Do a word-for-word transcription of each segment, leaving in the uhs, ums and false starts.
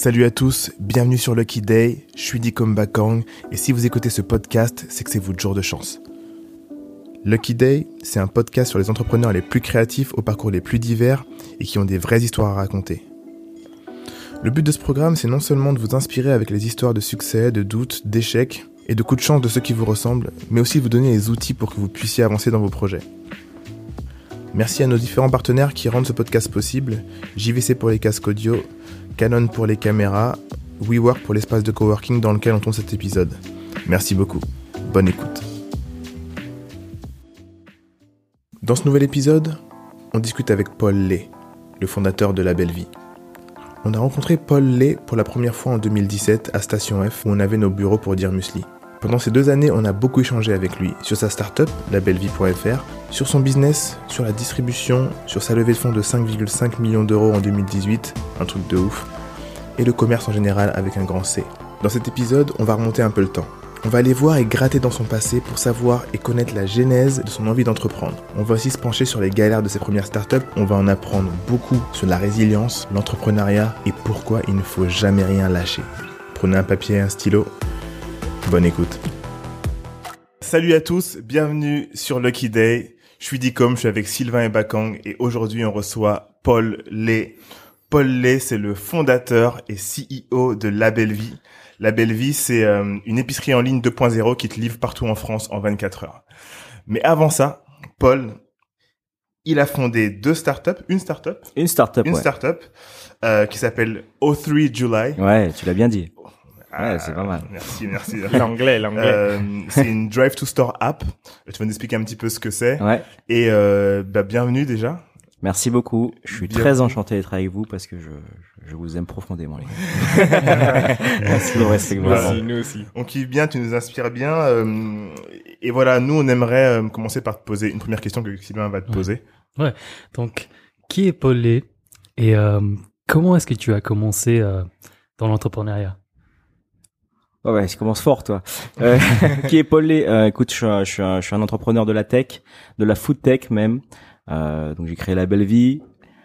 Salut à tous, bienvenue sur Lucky Day, je suis Dikom Bakang et si vous écoutez ce podcast, c'est que c'est votre jour de chance. Lucky Day, c'est un podcast sur les entrepreneurs les plus créatifs aux parcours les plus divers et qui ont des vraies histoires à raconter. Le but de ce programme, c'est non seulement de vous inspirer avec les histoires de succès, de doutes, d'échecs et de coups de chance de ceux qui vous ressemblent, mais aussi de vous donner les outils pour que vous puissiez avancer dans vos projets. Merci à nos différents partenaires qui rendent ce podcast possible, J V C pour les casques audio, Canon pour les caméras, WeWork pour l'espace de coworking dans lequel on tourne cet épisode. Merci beaucoup. Bonne écoute. Dans ce nouvel épisode, on discute avec Paul Lé, le fondateur de La Belle Vie. On a rencontré Paul Lé pour la première fois en deux mille dix-sept à Station F où on avait nos bureaux pour dire Muesli. Pendant ces deux années, on a beaucoup échangé avec lui sur sa start-up, la belle vie point f r, sur son business, sur la distribution, sur sa levée de fonds de cinq virgule cinq millions d'euros en deux mille dix-huit, un truc de ouf, et le commerce en général avec un grand C. Dans cet épisode, on va remonter un peu le temps. On va aller voir et gratter dans son passé pour savoir et connaître la genèse de son envie d'entreprendre. On va aussi se pencher sur les galères de ses premières startups. On va en apprendre beaucoup sur la résilience, l'entrepreneuriat et pourquoi il ne faut jamais rien lâcher. Prenez un papier et un stylo. Bonne écoute. Salut à tous, bienvenue sur Lucky Day. Je suis Dikom, je suis avec Sylvain et Bakang et aujourd'hui on reçoit Paul Lé. Paul Lé, c'est le fondateur et C E O de La Belle Vie. La Belle Vie, c'est euh, une épicerie en ligne deux point zéro qui te livre partout en France en vingt-quatre heures. Mais avant ça, Paul, il a fondé deux startups, une startup, une startup, une ouais. startup euh, qui s'appelle O trois July. Ouais, tu l'as bien dit. Ah, ouais, c'est pas mal. Merci, merci. L'anglais, l'anglais. Euh, c'est une drive to store app. Tu vas nous expliquer un petit peu ce que c'est. Ouais. Et euh, bah, bienvenue déjà. Merci beaucoup. Je suis Bienvenue. Très enchanté d'être avec vous parce que je, je vous aime profondément, les gars. Merci, au respect. Merci, nous aussi. On kiffe bien, tu nous inspires bien. Euh, et voilà, nous, on aimerait euh, commencer par te poser une première question que Sylvain va te poser. Ouais. Donc, qui est Paul Lé et euh, comment est-ce que tu as commencé euh, dans l'entrepreneuriat? Ouais, ouais, je commence fort, toi. Euh, qui est Paul Lé? euh, Écoute, je suis, un, je, suis un, je suis un entrepreneur de la tech, de la food tech même. Euh, donc j'ai créé La Belle Vie.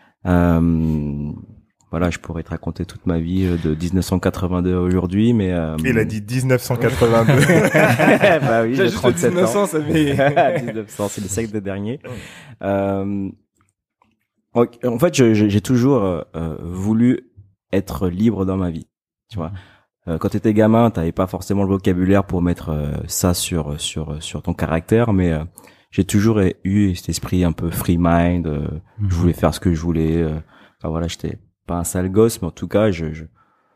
Euh, voilà, je pourrais te raconter toute ma vie de dix-neuf cent quatre-vingt-deux à aujourd'hui, mais euh, Il a dit dix-neuf cent quatre-vingt-deux. bah oui, j'ai juste trente-sept le dix-neuf cents, ans. ça fait... dix-neuf cents, c'est le siècle dernier. Euh, en fait, je, je, j'ai toujours euh, voulu être libre dans ma vie. Tu vois, euh, quand t'étais gamin, t'avais pas forcément le vocabulaire pour mettre euh, ça sur sur sur ton caractère, mais euh, j'ai toujours eu cet esprit un peu free mind. Euh, mm-hmm. Je voulais faire ce que je voulais. Euh, enfin voilà, j'étais pas un sale gosse, mais en tout cas, je, je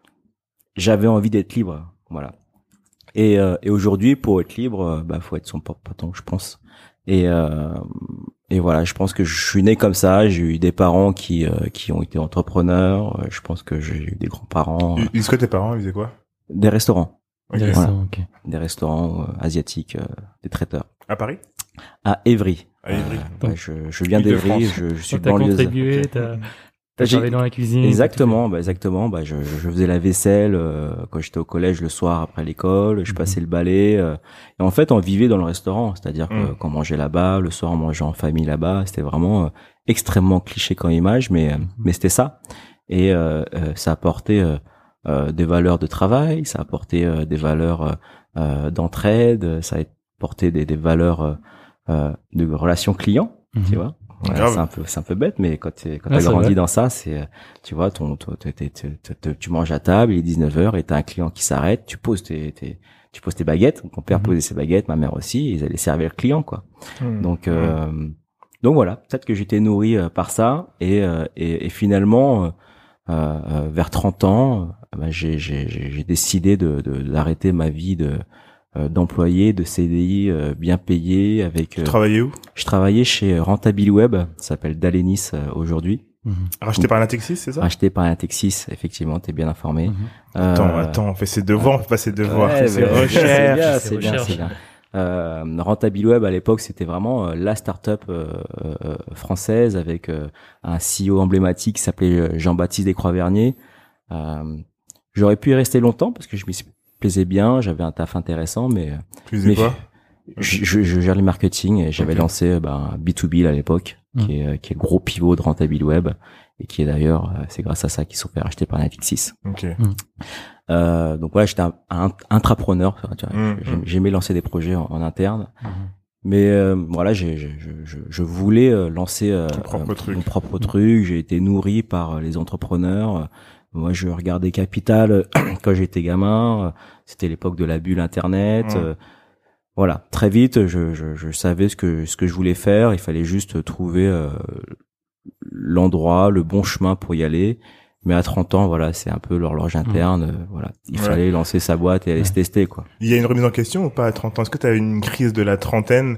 j'avais envie d'être libre. Voilà. Et, euh, et aujourd'hui, pour être libre, bah faut être son propre patron, je pense. Et euh, et voilà, je pense que je suis né comme ça. J'ai eu des parents qui euh, qui ont été entrepreneurs. Je pense que j'ai eu des grands-parents. Ils faisaient quoi tes parents? Ils faisaient quoi? Des restaurants. Okay. Des voilà. restaurants, ok. Des restaurants euh, asiatiques, euh, des traiteurs. À Paris? À Évry. À Évry. Euh, ouais, je, je viens d'Évry, je, je suis t'as banlieuse. contribué, okay. t'as, t'as travaillé dans la cuisine. Exactement, bah exactement. Bah je, je faisais la vaisselle euh, quand j'étais au collège le soir après l'école. Je mm-hmm. passais le balai. Euh, et en fait, on vivait dans le restaurant, c'est-à-dire mm. que qu'on mangeait là-bas, le soir on mangeait en famille là-bas. C'était vraiment euh, extrêmement cliché comme image, mais mm-hmm. mais c'était ça. Et euh, euh, ça apportait euh, euh, des valeurs de travail, ça apportait euh, des valeurs euh, d'entraide, ça apportait des, des valeurs euh, Euh, de relations clients, mmh. tu vois. Voilà, c'est un peu, c'est un peu bête, mais quand t'es, quand ah, t'as grandi dans ça, c'est, tu vois, ton, ton, t'es, t'es, t'es, t'es, tu manges à table, il est dix-neuf heures et t'as un client qui s'arrête, tu poses tes, tes, tu poses tes baguettes. Mon père mmh. posait ses baguettes, ma mère aussi, ils allaient servir le client, quoi. Mmh. Donc, euh, mmh. donc voilà, peut-être que j'étais nourri euh, par ça et, euh, et, et finalement, euh, euh, vers trente ans, euh, bah, j'ai, j'ai, j'ai décidé de, de, d'arrêter ma vie de d'employé, de C D I euh, bien payé avec. Tu euh, travaillais où? Je travaillais chez Rentabiliweb, ça s'appelle Dalenis euh, aujourd'hui. Mmh. Racheté par Natixis, c'est ça? Racheté par Natixis, effectivement, t'es bien informé. Mmh. Euh, attends, attends, on fait ses devoirs, on fait pas ses devoirs, ouais, on fait ses recherches. C'est bien, c'est bien. Euh, Rentabiliweb à l'époque, c'était vraiment euh, la start-up euh, euh, française avec euh, un C E O emblématique qui s'appelait Jean-Baptiste Descroix-Vernier. Euh, j'aurais pu y rester longtemps parce que je m'y plaisait bien, j'avais un taf intéressant, mais tu faisais quoi? je, je, je gère le marketing et j'avais okay. lancé ben, B deux B à l'époque, mmh. qui est qui est le gros pivot de Rentabiliweb. et qui est d'ailleurs, euh, c'est grâce à ça qu'ils sont fait racheter par Natixis. Ok. Mmh. Euh, donc voilà, j'étais un, un intrapreneur. Tu vois, mmh. J'aimais lancer des projets en, en interne. Mmh. Mais euh, voilà, j'ai, je, je, je voulais euh, lancer euh, propre euh, truc. mon propre truc. J'ai été nourri par les entrepreneurs. Moi, je regardais Capital quand j'étais gamin. C'était l'époque de la bulle Internet. Mmh. Euh, voilà, très vite, je, je, je savais ce que ce que je voulais faire. Il fallait juste trouver euh, l'endroit, le bon chemin pour y aller. Mais à trente ans, voilà, c'est un peu l'horloge interne. Mmh. Euh, voilà, il ouais. fallait lancer sa boîte et aller ouais. se tester, quoi. Il y a une remise en question ou pas à trente ans? Est-ce que tu as eu une crise de la trentaine?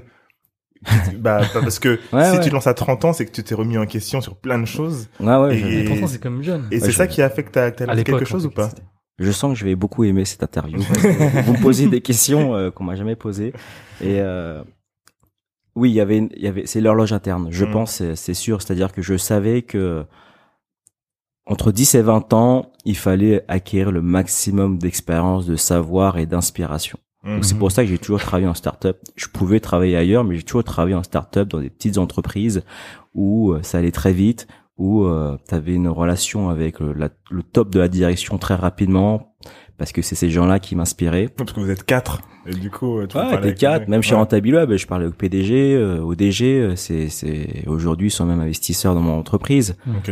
Bah, parce que ouais, si ouais. tu te lances à trente ans, c'est que tu t'es remis en question sur plein de choses. Ouais, ouais. Et trente ans, c'est comme jeune. Et ouais, c'est je... ça qui a fait que t'as, t'as lancé quelque chose ou pas? Je sens que je vais beaucoup aimer cette interview. Vous me posez des questions euh, qu'on m'a jamais posées. Et euh, oui, il y avait, il y avait, c'est l'horloge interne. Je mmh. pense, c'est, c'est sûr. C'est-à-dire que je savais que entre dix et vingt ans, il fallait acquérir le maximum d'expérience, de savoir et d'inspiration. Mmh. Donc c'est pour ça que j'ai toujours travaillé en start-up. Je pouvais travailler ailleurs, mais j'ai toujours travaillé en start-up dans des petites entreprises où euh, ça allait très vite, où euh, tu avais une relation avec le, la, le top de la direction très rapidement, parce que c'est ces gens-là qui m'inspiraient. Parce que vous êtes quatre, et du coup, tu ouais, t'es quatre. Même ouais. chez Rentabiliweb, je parlais au P D G, euh, au D G. C'est, c'est aujourd'hui ils sont même investisseurs dans mon entreprise. Ok.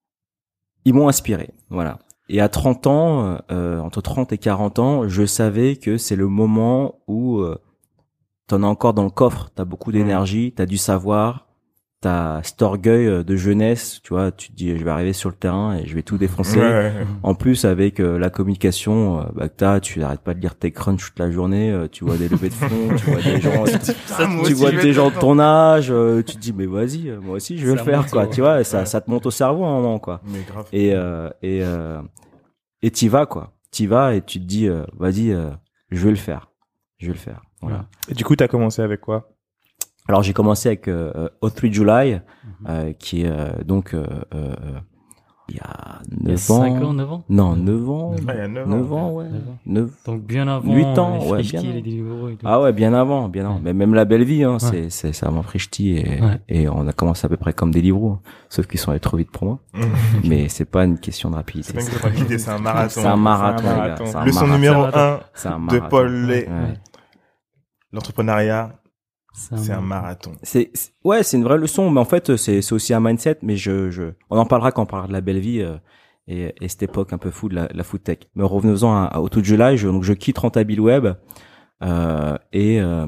Ils m'ont inspiré, voilà. Et à trente ans, euh, entre trente et quarante ans, je savais que c'est le moment où euh, t'en as encore dans le coffre. T'as beaucoup d'énergie, t'as du savoir. T'as cet orgueil de jeunesse, tu vois, tu te dis je vais arriver sur le terrain et je vais tout défoncer. Ouais, ouais, ouais. En plus avec euh, la communication, euh, bah que t'as, tu n'arrêtes pas de lire TechCrunch toute la journée, euh, tu vois des levées de fonds, tu vois des gens, ça, tu vois des gens de ton âge, euh, tu te dis mais vas-y, moi aussi je vais ça le faire quoi, au... tu vois, ça ouais. ça te monte au cerveau à un moment quoi. Mais grave. Et euh, et euh, et t'y vas quoi, t'y vas et tu te dis euh, vas-y, euh, je vais le faire, je vais le faire. Voilà. Et du coup t'as commencé avec quoi? Alors j'ai commencé avec euh, O trois July, mm-hmm. euh, qui est euh, donc euh, euh, il y a neuf ans. cinq ans, neuf ans Non, neuf ans. Ah, il y a neuf, neuf ans, ouais. neuf Donc bien avant. huit ans, ouais. Bien Bien les Deliveroo et tout. Ah ouais, bien avant, bien avant. Ouais. Mais même la belle vie, hein, ouais. c'est, c'est, c'est avant Frishti et, ouais. et on a commencé à peu près comme Deliveroo, hein, sauf qu'ils sont allés trop vite pour moi. Mais c'est pas une question de rapidité. C'est pas une question de rapidité, c'est un marathon. C'est un marathon, les gars. C'est un Leçon marathon. numéro un de Paul Lé. Ouais. L'entrepreneuriat. C'est un, c'est un marathon. C'est, c'est ouais, c'est une vraie leçon, mais en fait c'est c'est aussi un mindset. Mais je je on en parlera quand on parlera de la belle vie euh, et, et cette époque un peu fou de la, la food tech. Mais revenons-en à, à Auto July. Je, donc je quitte Rentabiliweb euh, et euh,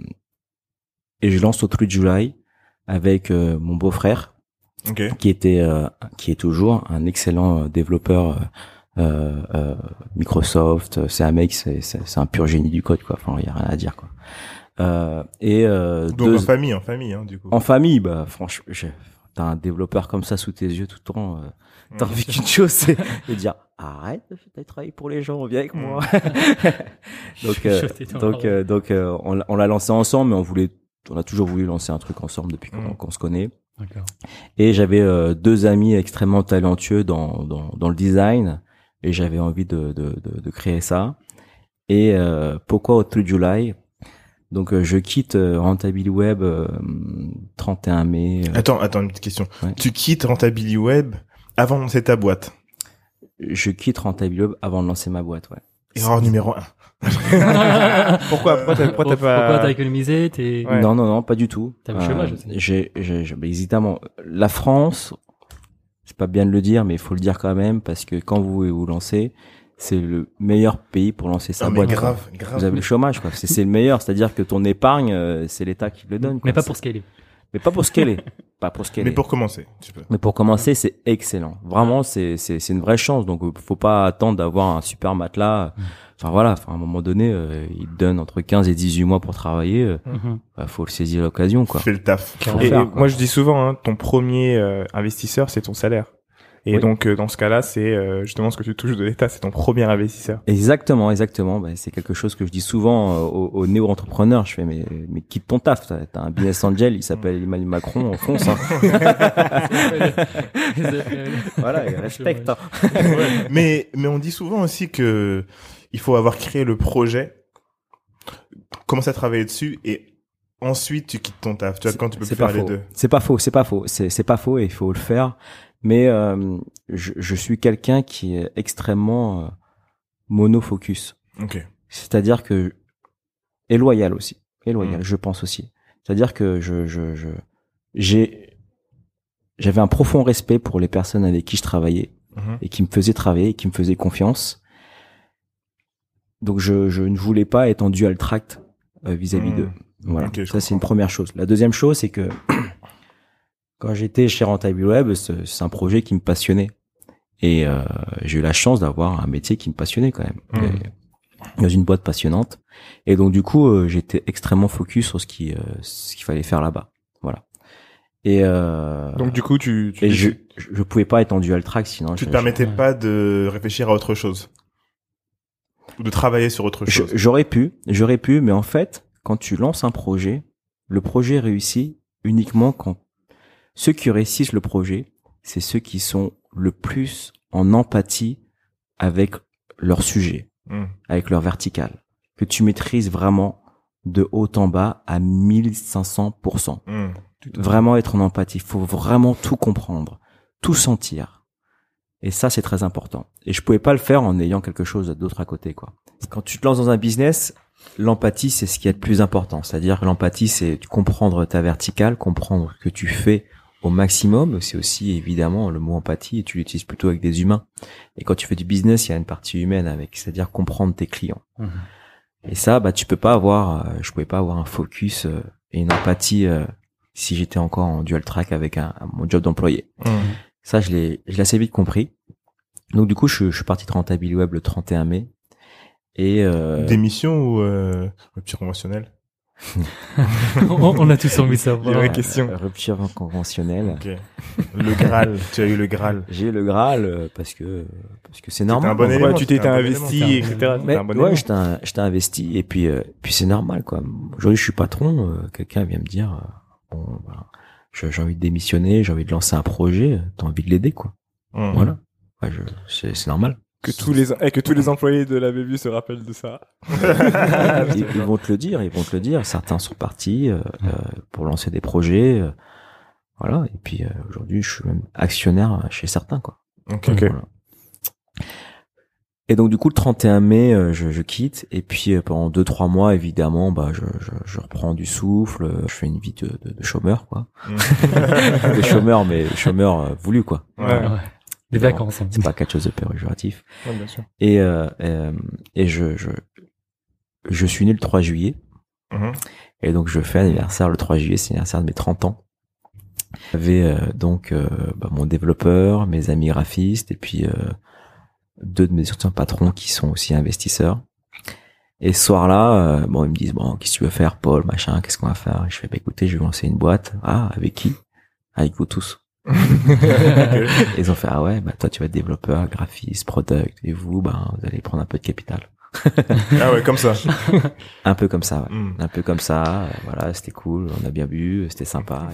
et je lance Auto July avec euh, mon beau-frère okay. qui était euh, qui est toujours un excellent développeur euh, euh, Microsoft. C'est un mec, c'est c'est, c'est un pur génie du code quoi. Enfin il y a rien à dire quoi. Euh, et euh, donc deux... en famille, en famille, hein, du coup. En famille, bah franchement, j'ai... t'as un développeur comme ça sous tes yeux tout le temps. Euh, t'as envie qu'une chose, c'est de dire arrête, t'as travaillé pour les gens, viens avec moi. donc euh, donc euh, donc euh, on, on l'a lancé ensemble, mais on voulait, on a toujours voulu lancer un truc ensemble depuis qu'on, mmh. qu'on se connaît. D'accord. Et j'avais euh, deux amis extrêmement talentueux dans dans dans le design, et j'avais envie de de de, de créer ça. Et euh, pourquoi Auto July? Donc euh, je quitte euh, Rentabiliweb euh, trente et un mai. Euh... Attends, attends une petite question. Ouais. Tu quittes Rentabiliweb avant de lancer ta boîte? Je quitte Rentabiliweb avant de lancer ma boîte, ouais. Erreur numéro un. Pourquoi Pourquoi t'as, pourquoi t'as pas Pourquoi t'as économisé t'es... Ouais. Non, non, non, pas du tout. T'as le chômage aussi. Euh, j'ai, j'ai, j'ai, bah, évidemment, la France, c'est pas bien de le dire, mais il faut le dire quand même parce que quand vous vous lancez, c'est le meilleur pays pour lancer sa non, boîte. Mais grave, grave. Vous avez le chômage, quoi. C'est, c'est le meilleur. C'est-à-dire que ton épargne, euh, c'est l'État qui le donne, quoi. Mais pas c'est... pour scaler. Mais pas pour scaler. pas pour scaler. Mais pour commencer, tu peux. Mais pour commencer, c'est excellent. Vraiment, c'est, c'est, c'est une vraie chance. Donc, faut pas attendre d'avoir un super matelas. Enfin, voilà. Enfin, à un moment donné, euh, ils te donnent entre quinze et dix-huit mois pour travailler. Euh, mm-hmm. bah, faut le saisir l'occasion, quoi. Fais le taf. Et, faire, et moi, je dis souvent, hein, ton premier euh, investisseur, c'est ton salaire. Et oui. donc, euh, dans ce cas-là, c'est euh, justement ce que tu touches de l'État, c'est ton premier investisseur. Exactement, exactement. Ben, c'est quelque chose que je dis souvent euh, aux, aux néo-entrepreneurs. Je fais, mais, mais quitte ton taf. T'as, t'as un business angel, il s'appelle Emmanuel Macron, on fonce. Hein. Voilà, il respecte. Hein. mais, mais on dit souvent aussi que il faut avoir créé le projet, commencer à travailler dessus et ensuite tu quittes ton taf. Tu vois, quand tu peux plus faire les deux. C'est pas faux, c'est pas faux. C'est, c'est pas faux et il faut le faire. Mais euh, je, je suis quelqu'un qui est extrêmement euh, monofocus. Ok. C'est-à-dire que et loyal aussi, et loyal, Mm. je pense aussi. C'est-à-dire que je je je j'ai j'avais un profond respect pour les personnes avec qui je travaillais Mhm. et qui me faisaient travailler, et qui me faisaient confiance. Donc je je ne voulais pas être en dual tract euh, vis-à-vis Mm. d'eux. Voilà. Ok, je Ça c'est une comprends. première chose. La deuxième chose, c'est que quand j'étais chez Rentable Web, c'est c'est un projet qui me passionnait. Et euh, j'ai eu la chance d'avoir un métier qui me passionnait quand même. Mm. Et dans une boîte passionnante. Et donc du coup, euh, j'étais extrêmement focus sur ce qui euh, ce qu'il fallait faire là-bas. Voilà. Et euh, Donc du coup, tu, tu et je je pouvais pas être en dual track sinon Tu je- te permettais Ouais. pas de réfléchir à autre chose ou de travailler sur autre je- chose. j'aurais pu, j'aurais pu, mais en fait, quand tu lances un projet, le projet réussit uniquement quand ceux qui réussissent le projet, c'est ceux qui sont le plus en empathie avec leur sujet, Mm. avec leur vertical, que tu maîtrises vraiment de haut en bas à mille cinq cents pour cent. Mm. Vraiment être en empathie, il faut vraiment tout comprendre, tout sentir. Et ça, c'est très important. Et je pouvais pas le faire en ayant quelque chose d'autre à côté, quoi. Quand tu te lances dans un business, l'empathie, c'est ce qui est le plus important. C'est-à-dire que l'empathie, c'est comprendre ta verticale, comprendre ce que tu fais au maximum. C'est aussi, évidemment, le mot empathie, et tu l'utilises plutôt avec des humains. Et quand tu fais du business, il y a une partie humaine avec, c'est-à-dire comprendre tes clients. Mhm. Et ça, bah, tu peux pas avoir, euh, je pouvais pas avoir un focus euh, et une empathie euh, si j'étais encore en dual track avec un, un- mon job d'employé. Mm. Ça, je l'ai, je l'ai assez vite compris. Donc, du coup, je, je suis parti de Rentable Web le trente et un mai. Et, euh, Démission ou euh, rupture conventionnelle? on, on a tous envie de Il y savoir. avait- question. euh, rupture conventionnelle. Ok. Le Graal. Tu as eu le Graal. J'ai eu le Graal euh, parce que, parce que c'est C'était normal. un bon en vrai. élément. Ouais, tu t'étais c'était un bon investi, élément. et cetera. Mais- Mais C'était un bon ouais, élément. j'étais, un- j'étais investi et puis, euh, puis c'est normal, quoi. Aujourd'hui, je suis patron, euh, quelqu'un vient me dire, euh, bon, bah, je- j'ai envie de démissionner, j'ai envie de lancer un projet, t'as envie de l'aider, quoi. Mm. Voilà. Ouais, je, c'est, c'est normal. Que tous les, eh, que tous les employés de la Bellevue se rappellent de ça. ils, ils vont te le dire, ils vont te le dire. Certains sont partis euh, euh, pour lancer des projets, euh, voilà. Et puis euh, aujourd'hui, je suis même actionnaire chez certains, quoi. Ok. Ok. Voilà. Et donc du coup, le trente et un mai, euh, je, je quitte. Et puis euh, pendant deux trois mois, évidemment, bah je, je, je reprends du souffle. euh, Je fais une vie de, de, de chômeur, quoi. Mm. De chômeur, mais chômeur euh, voulu, quoi. Ouais. Ouais. Des Non, vacances. hein. C'est pas quelque chose de péjoratif. Ouais, bien sûr. Et euh, euh, et je je je suis né le trois juillet. Mhm. Et donc je fais anniversaire le trois juillet, c'est l'anniversaire de mes trente ans. J'avais euh, donc euh, bah, mon développeur, mes amis graphistes et puis euh, deux de mes anciens patrons qui sont aussi investisseurs. Et ce soir-là, euh, bon ils me disent bon qu'est-ce que tu veux faire Paul, machin, qu'est-ce qu'on va faire? Et je fais bah écoutez, je vais lancer une boîte. Ah avec qui? Avec vous tous. Et ils ont fait ah ouais bah toi tu vas être développeur, graphiste, product et vous bah vous allez prendre un peu de capital. Ah ouais, comme ça. Un peu comme ça, ouais. Mm. Un peu comme ça, euh, voilà, c'était cool, on a bien bu, c'était sympa.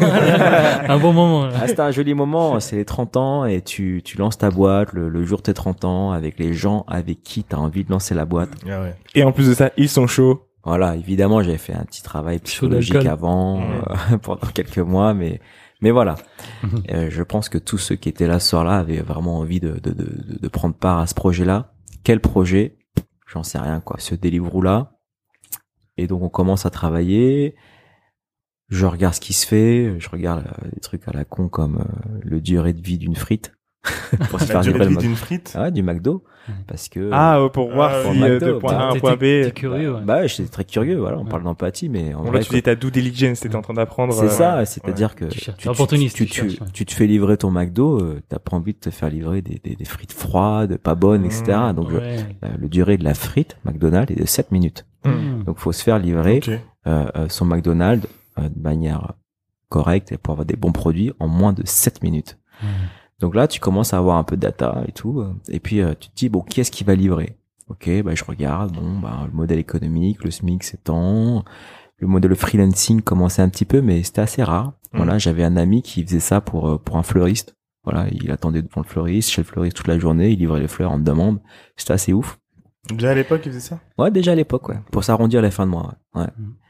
Un bon moment. Là. Ah, c'était un joli moment, c'est les trente ans et tu tu lances ta boîte le, le jour de tes trente ans avec les gens avec qui tu as envie de lancer la boîte. Ah ouais. Et en plus de ça, ils sont chauds. Voilà, évidemment, j'avais fait un petit travail Chaud psychologique d'alcool. avant Mm. euh, pendant quelques mois mais mais voilà. Euh, je pense que tous ceux qui étaient là ce soir-là avaient vraiment envie de de de, de prendre part à ce projet-là. Quel projet? J'en sais rien, quoi. Ce Deliveroo-là. Et donc, on commence à travailler. Je regarde ce qui se fait. Je regarde euh, des trucs à la con comme euh, le durée de vie d'une frite. Pour se La faire durée livrer de le vie Mac- d'une frite. Ah ouais, du McDo. Mhm. Parce que... Ah, ouais, pour Ah, voir ouais. si Pour euh, McDo, de point bah, A à T'es- point t'es- B. t'es curieux. Ouais. bah ouais, j'étais très curieux. Voilà, on Ouais. parle d'empathie, mais en Bon, vrai, là, tu quoi, faisais ta due diligence, t'étais en train d'apprendre. c'est euh, ça, c'est-à-dire que Tu cherches- tu, t'es opportuniste, tu, tu tu, cherches, ouais. tu te fais livrer ton McDo, euh, t'as pas envie de te faire livrer des, des, des frites froides, pas bonnes, et cetera. Mmh, Donc, je- Ouais. euh, le durée de la frite McDonald's est de sept minutes. Mmh. Donc, faut se faire livrer Ok. euh, euh, son McDonald's euh, de manière correcte et pour avoir des bons produits en moins de sept minutes. Mmh. Donc là, tu commences à avoir un peu de data et tout, euh, et puis euh, tu te dis bon, qui est-ce qui va livrer? Ok, bah je regarde, bon, bah le modèle économique, le SMIC s'étend, le modèle freelancing commençait un petit peu, mais c'était assez rare. Voilà, j'avais un ami qui faisait ça pour euh, pour un fleuriste. Voilà, il attendait devant le fleuriste, chez le fleuriste toute la journée, il livrait les fleurs en demande. C'était assez ouf. Déjà à l'époque, il faisait ça? Ouais, déjà à l'époque, ouais, pour s'arrondir les fins de mois. Ouais. ouais. Mhm.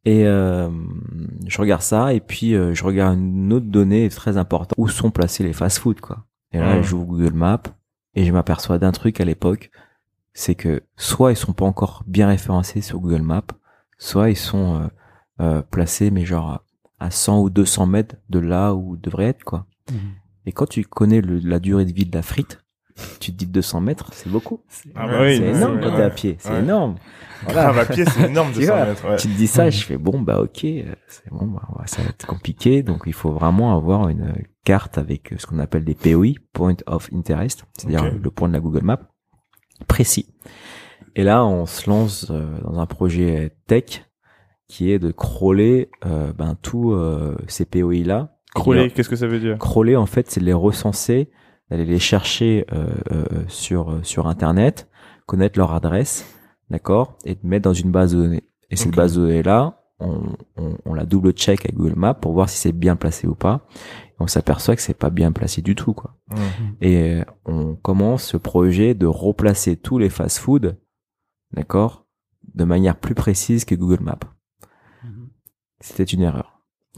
Et euh, je regarde ça et puis euh, je regarde une autre donnée très importante, où sont placés les fast-food, quoi. Et là, Mmh. je joue Google Maps et je m'aperçois d'un truc à l'époque, c'est que soit ils sont pas encore bien référencés sur Google Maps, soit ils sont euh, euh, placés mais genre à cent ou deux cents mètres de là où ils devraient être, quoi. Mhm. Et quand tu connais le, la durée de vie de la frite, tu te dis deux cents mètres, c'est beaucoup. Ah bah oui, c'est ouais, énorme ouais, quand t'es ouais. à pied, c'est Ouais. énorme. Grave à pied, c'est énorme de Tu cent vois, mètres. Ouais. Tu te dis ça, Mhm. je fais bon bah ok, euh, c'est bon, bah, ouais, ça va être compliqué, donc il faut vraiment avoir une carte avec ce qu'on appelle des P O I, Point of Interest, c'est-à-dire Ok. le point de la Google Maps précis. Et là, on se lance euh, dans un projet tech qui est de crawler euh, ben tous euh, ces P O I là. Crawler, qu'est-ce que ça veut dire? Crawler, en fait, c'est de les recenser, d'aller les chercher euh, euh, sur euh, sur Internet, connaître leur adresse, d'accord, et de mettre dans une base de données. Et cette Ok. base de données là, on, on, on la double check avec Google Maps pour voir si c'est bien placé ou pas. Et on s'aperçoit que c'est pas bien placé du tout, quoi. Mmh. Et euh, on commence ce projet de replacer tous les fast-food, d'accord, de manière plus précise que Google Maps. Mhm. C'était une erreur.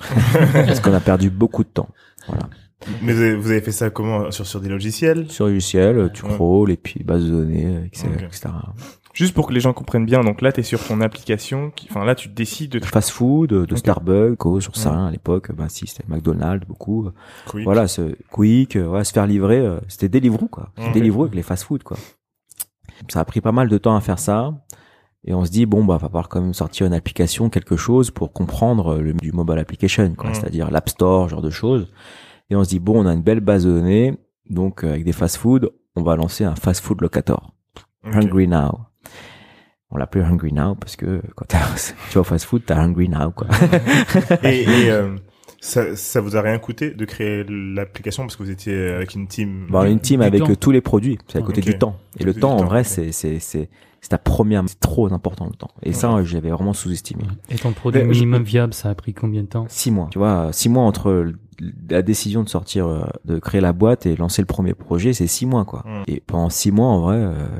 Parce qu'on a perdu beaucoup de temps. Voilà. Mais vous avez, vous avez fait ça comment? Sur, sur des logiciels? Sur le logiciel, tu Ouais. crawls et puis base de données, et cetera, Ok. et cetera. Juste pour que les gens comprennent bien, donc là, t'es sur ton application, qui, enfin là, tu décides de... Fast food, de Ok. Starbucks, Co, sur ça, Ouais. à l'époque, ben si, c'était McDonald's, beaucoup. Quick. Voilà, ce Quick, euh, ouais, se faire livrer, euh, c'était Deliveroo, quoi. C'était Ok. Deliveroo avec les fast food, quoi. Ça a pris pas mal de temps à faire ça. Et on se dit, bon, bah, va falloir quand même sortir une application, quelque chose pour comprendre le du mobile application, quoi. Mm. C'est-à-dire l'App Store, genre de choses. Et on se dit, bon, on a une belle base de données. Donc, euh, avec des fast food, on va lancer un fast food locator. Ok. Hungry Now. On l'appelait Hungry Now parce que quand t'as- tu vas au fast food, t'as Hungry Now, quoi. Et, et euh, ça, ça vous a rien coûté de créer l'application parce que vous étiez avec une team? Bon, une team Du avec temps. euh, tous les produits. C'est à côté Ok. du temps. Et le Du temps, en temps, vrai, ok. c'est, c'est, c'est, c'est ta première, c'est trop important, le temps. Et ça, Ouais. euh, j'avais vraiment sous-estimé. Et ton produit Mais je- minimum viable, ça a pris combien de temps? Six mois. Tu vois, six mois entre la décision de sortir, euh, de créer la boîte et lancer le premier projet, c'est six mois, quoi. Mm. Et pendant six mois, en vrai, euh,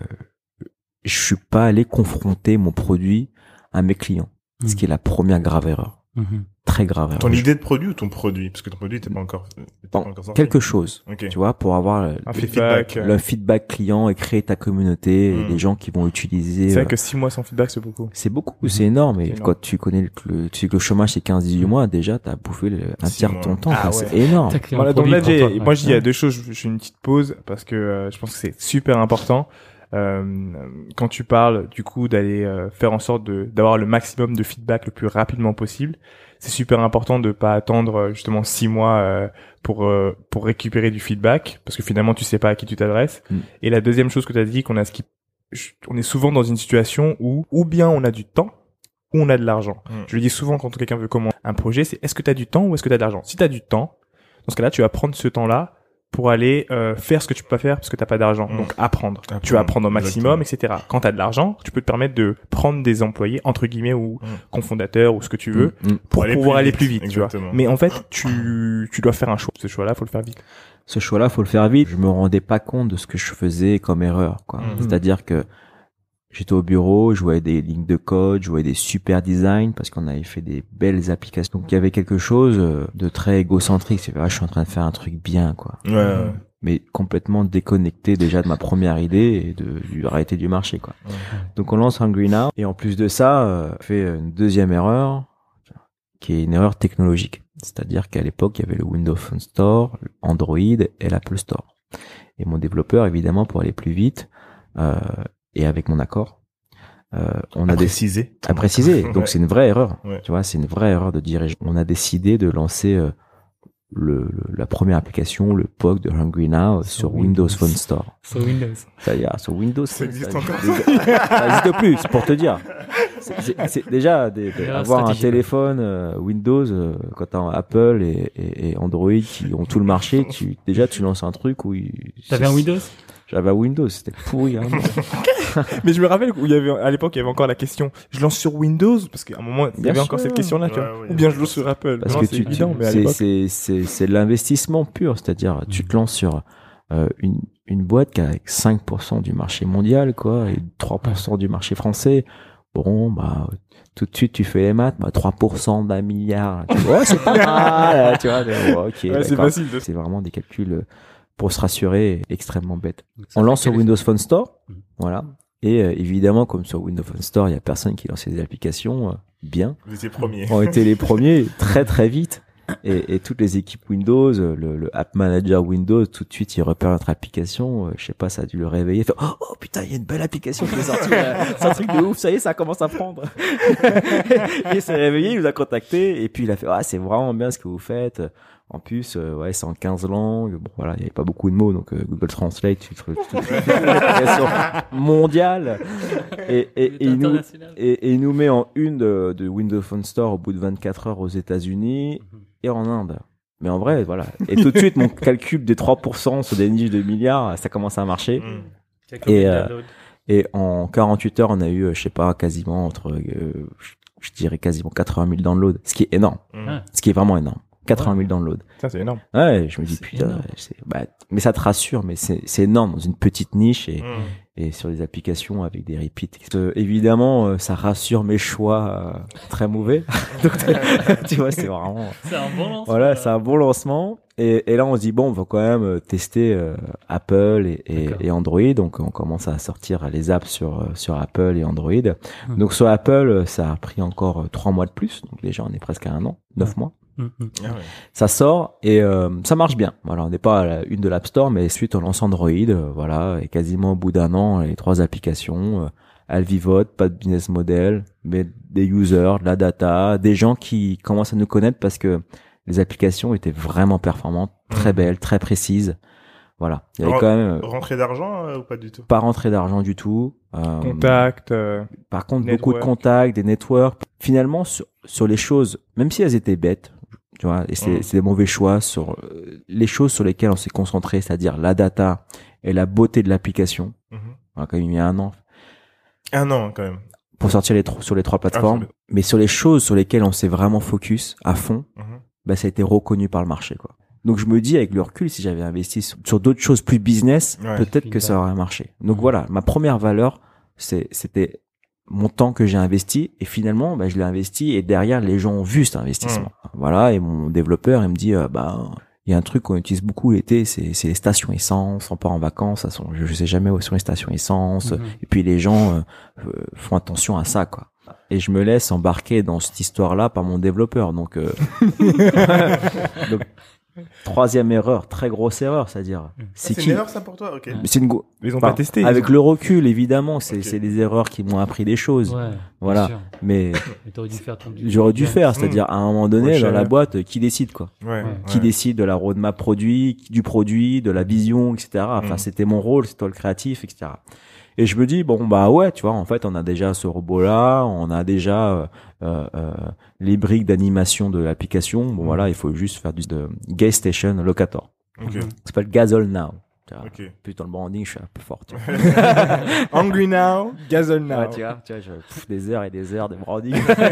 je suis pas allé confronter mon produit à mes clients. Ce Mhm. qui est la première grave erreur. Mhm. Très grave erreur. Ton idée de produit ou ton produit? Parce que ton produit n'était pas encore, était pas Bon, encore sorti. quelque chose. Ok. Tu vois, pour avoir le, Un Le feedback. feedback, euh, le feedback client et créer ta communauté, et Mm. les gens qui vont utiliser. C'est euh, vrai que six mois sans feedback, c'est beaucoup. C'est beaucoup, c'est énorme. Et C'est énorme. quand tu connais le, le- tu sais que le chômage c'est quinze à dix-huit mois, déjà t'as bouffé le- un Six tiers de mois. ton temps. Ah quoi. ouais. C'est énorme. T'as créé un Voilà, donc produit là, pour j'ai, toi, moi, ouais. je dis, il y a deux choses. Je je fais une petite pause parce que euh, je pense que c'est super important. Euh, quand tu parles du coup d'aller euh, faire en sorte de d'avoir le maximum de feedback le plus rapidement possible, c'est super important de pas attendre euh, justement six mois euh, pour euh, pour récupérer du feedback parce que finalement tu sais pas à qui tu t'adresses. Mm. Et la deuxième chose que tu as dit, qu'on a ce qui, on est souvent dans une situation où ou bien on a du temps ou on a de l'argent. Mm. Je le dis souvent quand quelqu'un veut commencer un projet, c'est est-ce que tu as du temps ou est-ce que tu as de l'argent. Si tu as du temps, dans ce cas-là, tu vas prendre ce temps-là pour aller euh, faire ce que tu peux pas faire parce que t'as pas d'argent. Mm. Donc apprendre. Apprendre, Tu vas apprendre au maximum, exactement. et cetera. Quand t'as de l'argent, tu peux te permettre de prendre des employés entre guillemets ou Mm. cofondateurs ou ce que tu veux Mm, mm. pour aller pouvoir plus aller vite, plus vite, tu vois. exactement. Mais en fait, tu tu dois faire un choix. Ce choix-là, faut le faire vite. Ce choix-là, faut le faire vite. Je me rendais pas compte de ce que je faisais comme erreur, quoi. Mhm. C'est-à-dire que j'étais au bureau, je voyais des lignes de code, je voyais des super designs parce qu'on avait fait des belles applications. Donc il y avait quelque chose euh, de très égocentrique. C'est vrai, je suis en train de faire un truc bien, quoi. Ouais, ouais. Mais complètement déconnecté déjà de ma première idée et de du arrêter du marché, quoi. Ouais. Donc on lance Hungry Now et en plus de ça, euh, on fait une deuxième erreur qui est une erreur technologique. C'est-à-dire qu'à l'époque, il y avait le Windows Phone Store, Android et l'Apple Store. Et mon développeur, évidemment, pour aller plus vite, euh, et avec mon accord, euh, on À a décidé préciser. à préciser. Donc Ouais. c'est une vraie erreur. Ouais. Tu vois, c'est une vraie erreur de dirigeant. On a décidé de lancer euh, le, le- la première application, le P O C de Hungry Now sur, Sur Windows, Windows. Phone Store. Sur Windows. C'est-à-dire sur Windows. Ça existe ça- encore, ça n'existe plus, c'est pour te dire. C'est- C'est c'est déjà des- des- Erreur avoir un stratégique. téléphone euh, Windows euh, quand t'as Apple et, et, et Android qui ont tout le marché, tu déjà tu lances un truc où il- T'avais un Windows? J'avais un Windows, c'était pourri. Hein, Mais je me rappelle où il y avait à l'époque il y avait encore la question je lance sur Windows parce qu'à un moment il y Bien avait encore sûr. cette question là Ouais, tu vois. ouais, Ou bien ouais. je lance sur Apple. parce Non, que c'est tu, tu évident mais à c'est l'époque c'est c'est c'est de l'investissement pur, c'est-à-dire tu te lances sur euh, une une boîte qui a cinq pour cent du marché mondial quoi et trois pour cent du marché français Bon, bah, tout de suite, tu fais les maths, bah, trois pour cent d'un milliard. Tu vois, c'est pas mal, tu vois. Mais, bon, ok, ouais, c'est facile. De... C'est vraiment des calculs pour se rassurer extrêmement bêtes. On lance sur Windows Phone Store, mmh. voilà. Et euh, évidemment, comme sur Windows Phone Store, il y a personne qui lançait des applications euh, bien. Vous étiez premiers. On était les premiers, très très vite. Et, et toutes les équipes Windows, le, le App Manager Windows, tout de suite, il repère notre application. Euh, je sais pas, ça a dû le réveiller. Fait, oh, oh putain, il y a une belle application qui est sortie. C'est un truc de ouf. Ça y est, ça commence à prendre. Il s'est réveillé, il nous a contacté. Et puis il a fait, ah, c'est vraiment bien ce que vous faites. En plus, euh, ouais, c'est en quinze langues. Bon, voilà, il y avait pas beaucoup de mots, donc euh, Google Translate, tu trouves l'application mondiale. Et, et, et, il nous, et, et il nous met en une de, de Windows Phone Store au bout de vingt-quatre heures aux États-Unis mm-hmm. et en Inde. Mais en vrai, voilà. Et tout de suite, mon calcul des trois pour cent sur des niches de milliards, ça commence à marcher. Mm. Et, euh, et en quarante-huit heures, on a eu, je sais pas, quasiment entre, euh, je dirais quasiment quatre-vingt mille downloads, ce qui est énorme. Mm. Ce qui est vraiment énorme. quatre-vingt mille downloads. Ça, c'est énorme. Ouais, je me dis, putain, c'est, bah, mais ça te rassure, mais c'est, c'est énorme dans une petite niche et, mmh. et sur des applications avec des repeats. Euh, évidemment, euh, ça rassure mes choix euh, très mauvais. Donc, tu vois, c'est vraiment. C'est un bon lancement. Voilà, c'est un bon lancement. Et, et là, on se dit, bon, on va quand même tester euh, Apple et, et, et Android. Donc, on commence à sortir les apps sur, sur Apple et Android. Mmh. Donc, sur Apple, ça a pris encore trois mois de plus. Donc, déjà, on est presque à un an, neuf mmh. mois. Mmh. Ah ouais. Ça sort et euh, ça marche bien. Voilà, on n'est pas à la une de l'App Store, mais suite on lance Android, euh, voilà, et quasiment au bout d'un an, les trois applications, euh, elles vivotent, pas de business model, mais des users, de la data, des gens qui commencent à nous connaître parce que les applications étaient vraiment performantes, très mmh. belles, très précises. Voilà, il y avait Ren- quand même rentrée d'argent euh, ou pas du tout? Pas rentrée d'argent du tout. Euh, Contact. Euh, par contre, network. beaucoup de contacts, des networks. Finalement, sur, sur les choses, même si elles étaient bêtes. Tu vois, et c'est, mmh. c'est des mauvais choix sur euh, les choses sur lesquelles on s'est concentré, c'est-à-dire la data et la beauté de l'application. Mmh. On a quand même mis un an. Un an, quand même. Pour sortir les tro- sur les trois plateformes. Ah, mais sur les choses sur lesquelles on s'est vraiment focus à fond, mmh. bah, ça a été reconnu par le marché, quoi. Donc, je me dis, avec le recul, si j'avais investi sur, sur d'autres choses plus business, ouais, peut-être que ça aurait marché. Donc, mmh. voilà, ma première valeur, c'est, c'était mon temps que j'ai investi et finalement bah, je l'ai investi et derrière les gens ont vu cet investissement. Mmh. Voilà, et mon développeur il me dit euh, bah il y a un truc qu'on utilise beaucoup l'été, c'est c'est les stations essence, on part en vacances, ça sont, je sais jamais où sont les stations essence mmh. et puis les gens euh, font attention à ça quoi. Et je me laisse embarquer dans cette histoire-là par mon développeur. Donc, euh... donc troisième erreur, très grosse erreur, c'est-à-dire. C'est, c'est une erreur ça pour toi, ok. C'est une go... Ils ont enfin, pas testé. Avec ont... le recul, évidemment, c'est, okay. c'est des erreurs qui m'ont appris des choses. Ouais, voilà. Sûr. Mais, Mais t'aurais dû faire ton... j'aurais dû faire, c'est-à-dire à un moment donné, ouais, dans la boîte, qui décide quoi. Ouais, ouais. Qui décide de la roadmap produit, du produit, de la vision, et cetera. Enfin, mm. c'était mon rôle, c'est toi le créatif, et cetera. Et je me dis bon bah ouais, tu vois, en fait, on a déjà ce robot-là, on a déjà euh, euh, les briques d'animation de l'application. Bon mm. voilà, il faut juste faire du de Gas Station Locator. Okay. Ça s'appelle Gazole Now. Okay. Puis dans le branding, je suis un peu fort. Tu vois. Hungry Now, Gazole Now. Ouais, tu vois, tu vois, je pff, des heures et des heures de branding.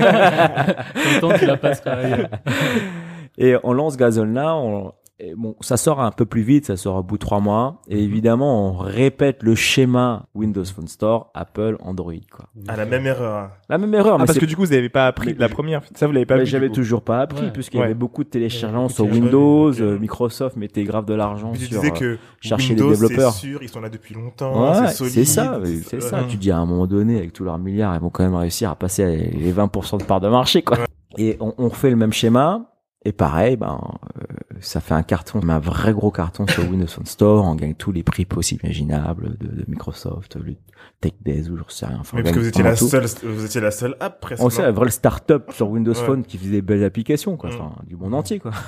Ton temps, tu la passes pareil. Et on lance Gazole Now. On... Et bon, ça sort un peu plus vite, ça sort au bout de trois mois. Et évidemment, on répète le schéma Windows Phone Store, Apple, Android, quoi. Ah, la même erreur. La même erreur. Ah, mais parce c'est... que du coup, vous n'avez pas appris mais, la première. Ça, vous l'avez pas mais appris. J'avais toujours pas appris, ouais. puisqu'il y ouais. avait beaucoup de téléchargements ouais, sur Windows. Okay. Euh, Microsoft mettait grave de l'argent mais sur disais que euh, chercher Windows, des développeurs. C'est sûr, ils sont là depuis longtemps. Ouais, c'est solide. C'est ça, c'est ça. Tu dis à un moment donné, avec tous leurs milliards, ils vont quand même réussir à passer les vingt pour cent de part de marché, quoi. Ouais. Et on, on refait le même schéma. Et pareil, ben, euh, ça fait un carton, un vrai gros carton sur Windows Phone Store. On gagne tous les prix possibles, imaginables de, de Microsoft, le TechDesk ou je sais rien. Enfin, mais parce que vous étiez la tout. seule, vous étiez la seule app presque. On sait la vraie start-up sur Windows ouais. Phone qui faisait des belles applications, quoi. Enfin, mmh. du monde entier, quoi.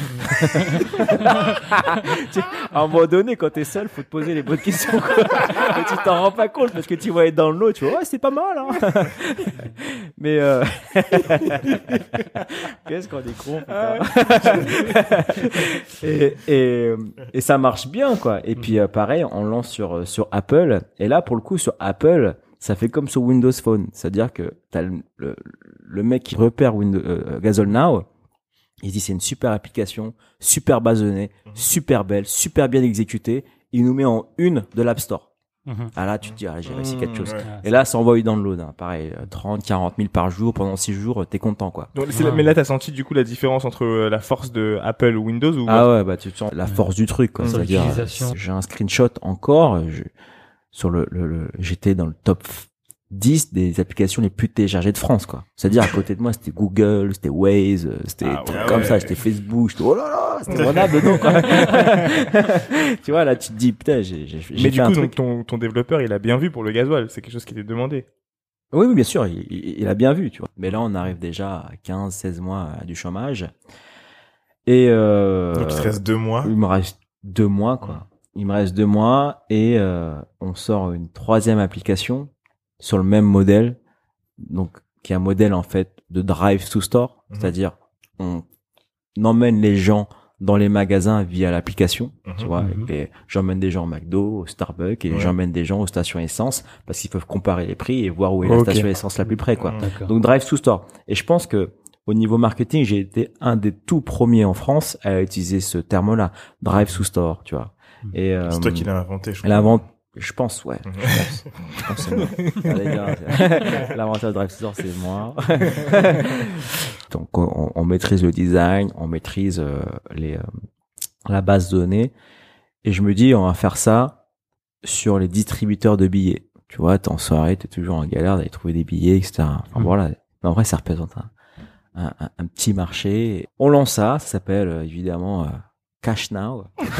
À un moment donné, quand t'es seul, faut te poser les bonnes questions, quoi. Mais tu t'en rends pas compte parce que tu vas être dans l'eau, tu vois, ouais, c'est pas mal, hein. Mais, euh... qu'est-ce qu'on est con, putain. et, et, et ça marche bien, quoi. Et puis, euh, pareil, on lance sur, sur Apple. Et là, pour le coup, sur Apple, ça fait comme sur Windows Phone. C'est-à-dire que t'as le, le, le mec qui repère Windows, euh, Gazole Now. Il dit, c'est une super application, super basonnée, super belle, super bien exécutée. Il nous met en une de l'App Store. Mhm. Ah là, tu te dis, ah, j'ai réussi quelque chose. Ouais. Ah, Et là, ça envoie du download, hein. Pareil, trente, quarante mille par jour pendant six jours, t'es content, quoi. Donc, c'est la- Ah. mais là, t'as senti du coup la différence entre euh, la force de Apple ou Windows ou Ah ouais, bah tu sens la Ouais. force du truc, quoi. Mmh. C'est-à-dire, L'utilisation. j'ai un screenshot encore, je, sur le, le, le- j'étais dans le top dix des applications les plus téléchargées de France, quoi. C'est-à-dire, à côté de moi, c'était Google, c'était Waze, c'était Ah trucs ouais, comme ouais. ça, c'était Facebook, j'étais, oh là là, c'était Ronald dedans, quoi. Tu vois, là, tu te dis, putain, j'ai, j'ai, j'ai Mais fait du un coup, truc. donc, ton, ton développeur, il a bien vu pour le gasoil. C'est quelque chose qui était demandé. Oui, oui, bien sûr, il, il, il a bien vu, tu vois. Mais là, on arrive déjà à quinze, seize mois du chômage. Et, euh, Donc il te reste deux mois. il me reste deux mois, quoi. Il me reste deux mois et euh, on sort une troisième application sur le même modèle, donc qui est un modèle en fait de drive to store, Mhm. c'est-à-dire on emmène les gens dans les magasins via l'application, Mhm. tu vois. Mhm. Et j'emmène des gens au McDo, au Starbucks et Ouais. j'emmène des gens aux stations essence parce qu'ils peuvent comparer les prix et voir où est la Ok. station essence la plus près, quoi. Mhm. D'accord. Donc drive to store. Et je pense que au niveau marketing, j'ai été un des tout premiers en France à utiliser ce terme-là, drive to store, tu vois. Et euh, C'est toi qui l'as inventé, je elle crois. invente, je pense, ouais. Mhm. Je pense, je pense que c'est moi. Allez, gars, c'est- L'inventeur de drive to store, c'est moi. Donc on, on maîtrise le design, on maîtrise euh, les euh, la base de données, et je me dis on va faire ça sur les distributeurs de billets. Tu vois, t'es en soirée, t'es toujours en galère d'aller trouver des billets, et cetera. Enfin Mhm. voilà. Mais en vrai, ça représente un, un, un- un petit marché. On lance ça, ça s'appelle euh, évidemment euh, Cash Now.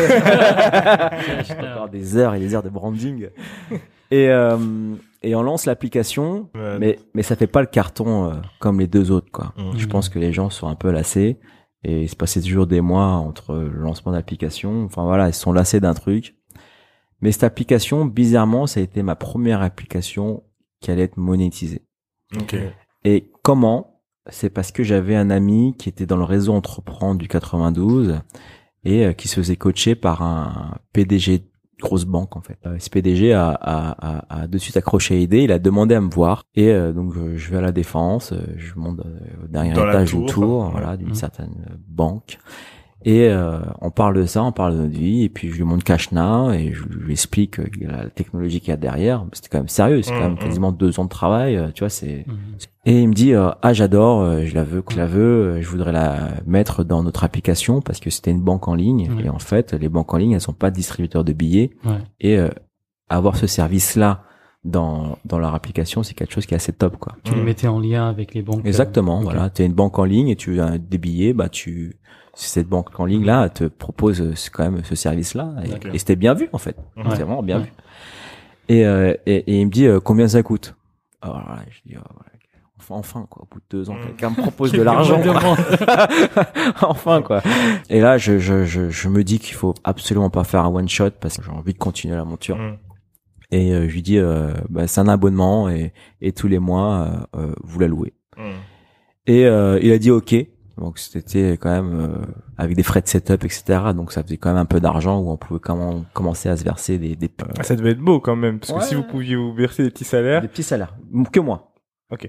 Encore des heures et des heures de branding. Et, euh, et on lance l'application, Ouais. mais, mais ça fait pas le carton euh, comme les deux autres, quoi. Mhm. Je pense que les gens sont un peu lassés et il se passait toujours des mois entre le lancement d'application. Enfin voilà, ils sont lassés d'un truc. Mais cette application, bizarrement, ça a été ma première application qui allait être monétisée. Ok. Et comment? C'est parce que j'avais un ami qui était dans le réseau Entreprendre du quatre-vingt-douze et euh, qui se faisait coacher par un P D G de grosse banque, en fait. Euh, ce P D G a, a, a, a de suite accroché à l'idée, il a demandé à me voir et euh, donc euh, je vais à la Défense, euh, je monte euh, au dernier Dans la étage d'une tour, tour, ouais. voilà, d'une Mhm. certaine euh, banque. Et euh, on parle de ça, on parle de notre vie, et puis je lui montre Cash Now et je lui explique euh, la technologie qu'il y a derrière. C'était quand même sérieux, c'est quand Mhm. même quasiment deux ans de travail, euh, tu vois, c'est. Mhm. Et il me dit euh, ah j'adore, euh, je la veux, que je la veux, euh, je voudrais la mettre dans notre application parce que c'était une banque en ligne Ouais. et en fait les banques en ligne elles sont pas distributeurs de billets Ouais. et euh, avoir ce service là dans dans leur application c'est quelque chose qui est assez top, quoi. Tu les mettais en lien avec les banques. euh, Exactement, ok. voilà, tu es une banque en ligne et tu as des billets, bah tu cette banque en ligne là te propose euh, c'est quand même ce service là et, D'accord. et c'était bien vu en fait. Mhm. C'était vraiment bien Ouais. vu. Et, euh, et et il me dit euh, combien ça coûte. Alors là, je dis oh, voilà. Enfin, enfin, quoi, au bout de deux ans, Mm. quelqu'un me propose de Quelqu'un l'argent. me quoi. demande. Enfin, quoi. Et là, je, je, je, je me dis qu'il faut absolument pas faire un one shot parce que j'ai envie de continuer l'aventure. Mhm. Et euh, je lui dis, euh, bah, c'est un abonnement et, et tous les mois, euh, euh, vous la louez. Mhm. Et euh, il a dit OK. Donc c'était quand même euh, avec des frais de setup, et cetera. Donc ça faisait quand même un peu d'argent où on pouvait quand même commencer à se verser des des, Ah, ça devait être beau quand même, parce que Ouais. si vous pouviez vous verser des petits salaires. des petits salaires. Que moi. Ok.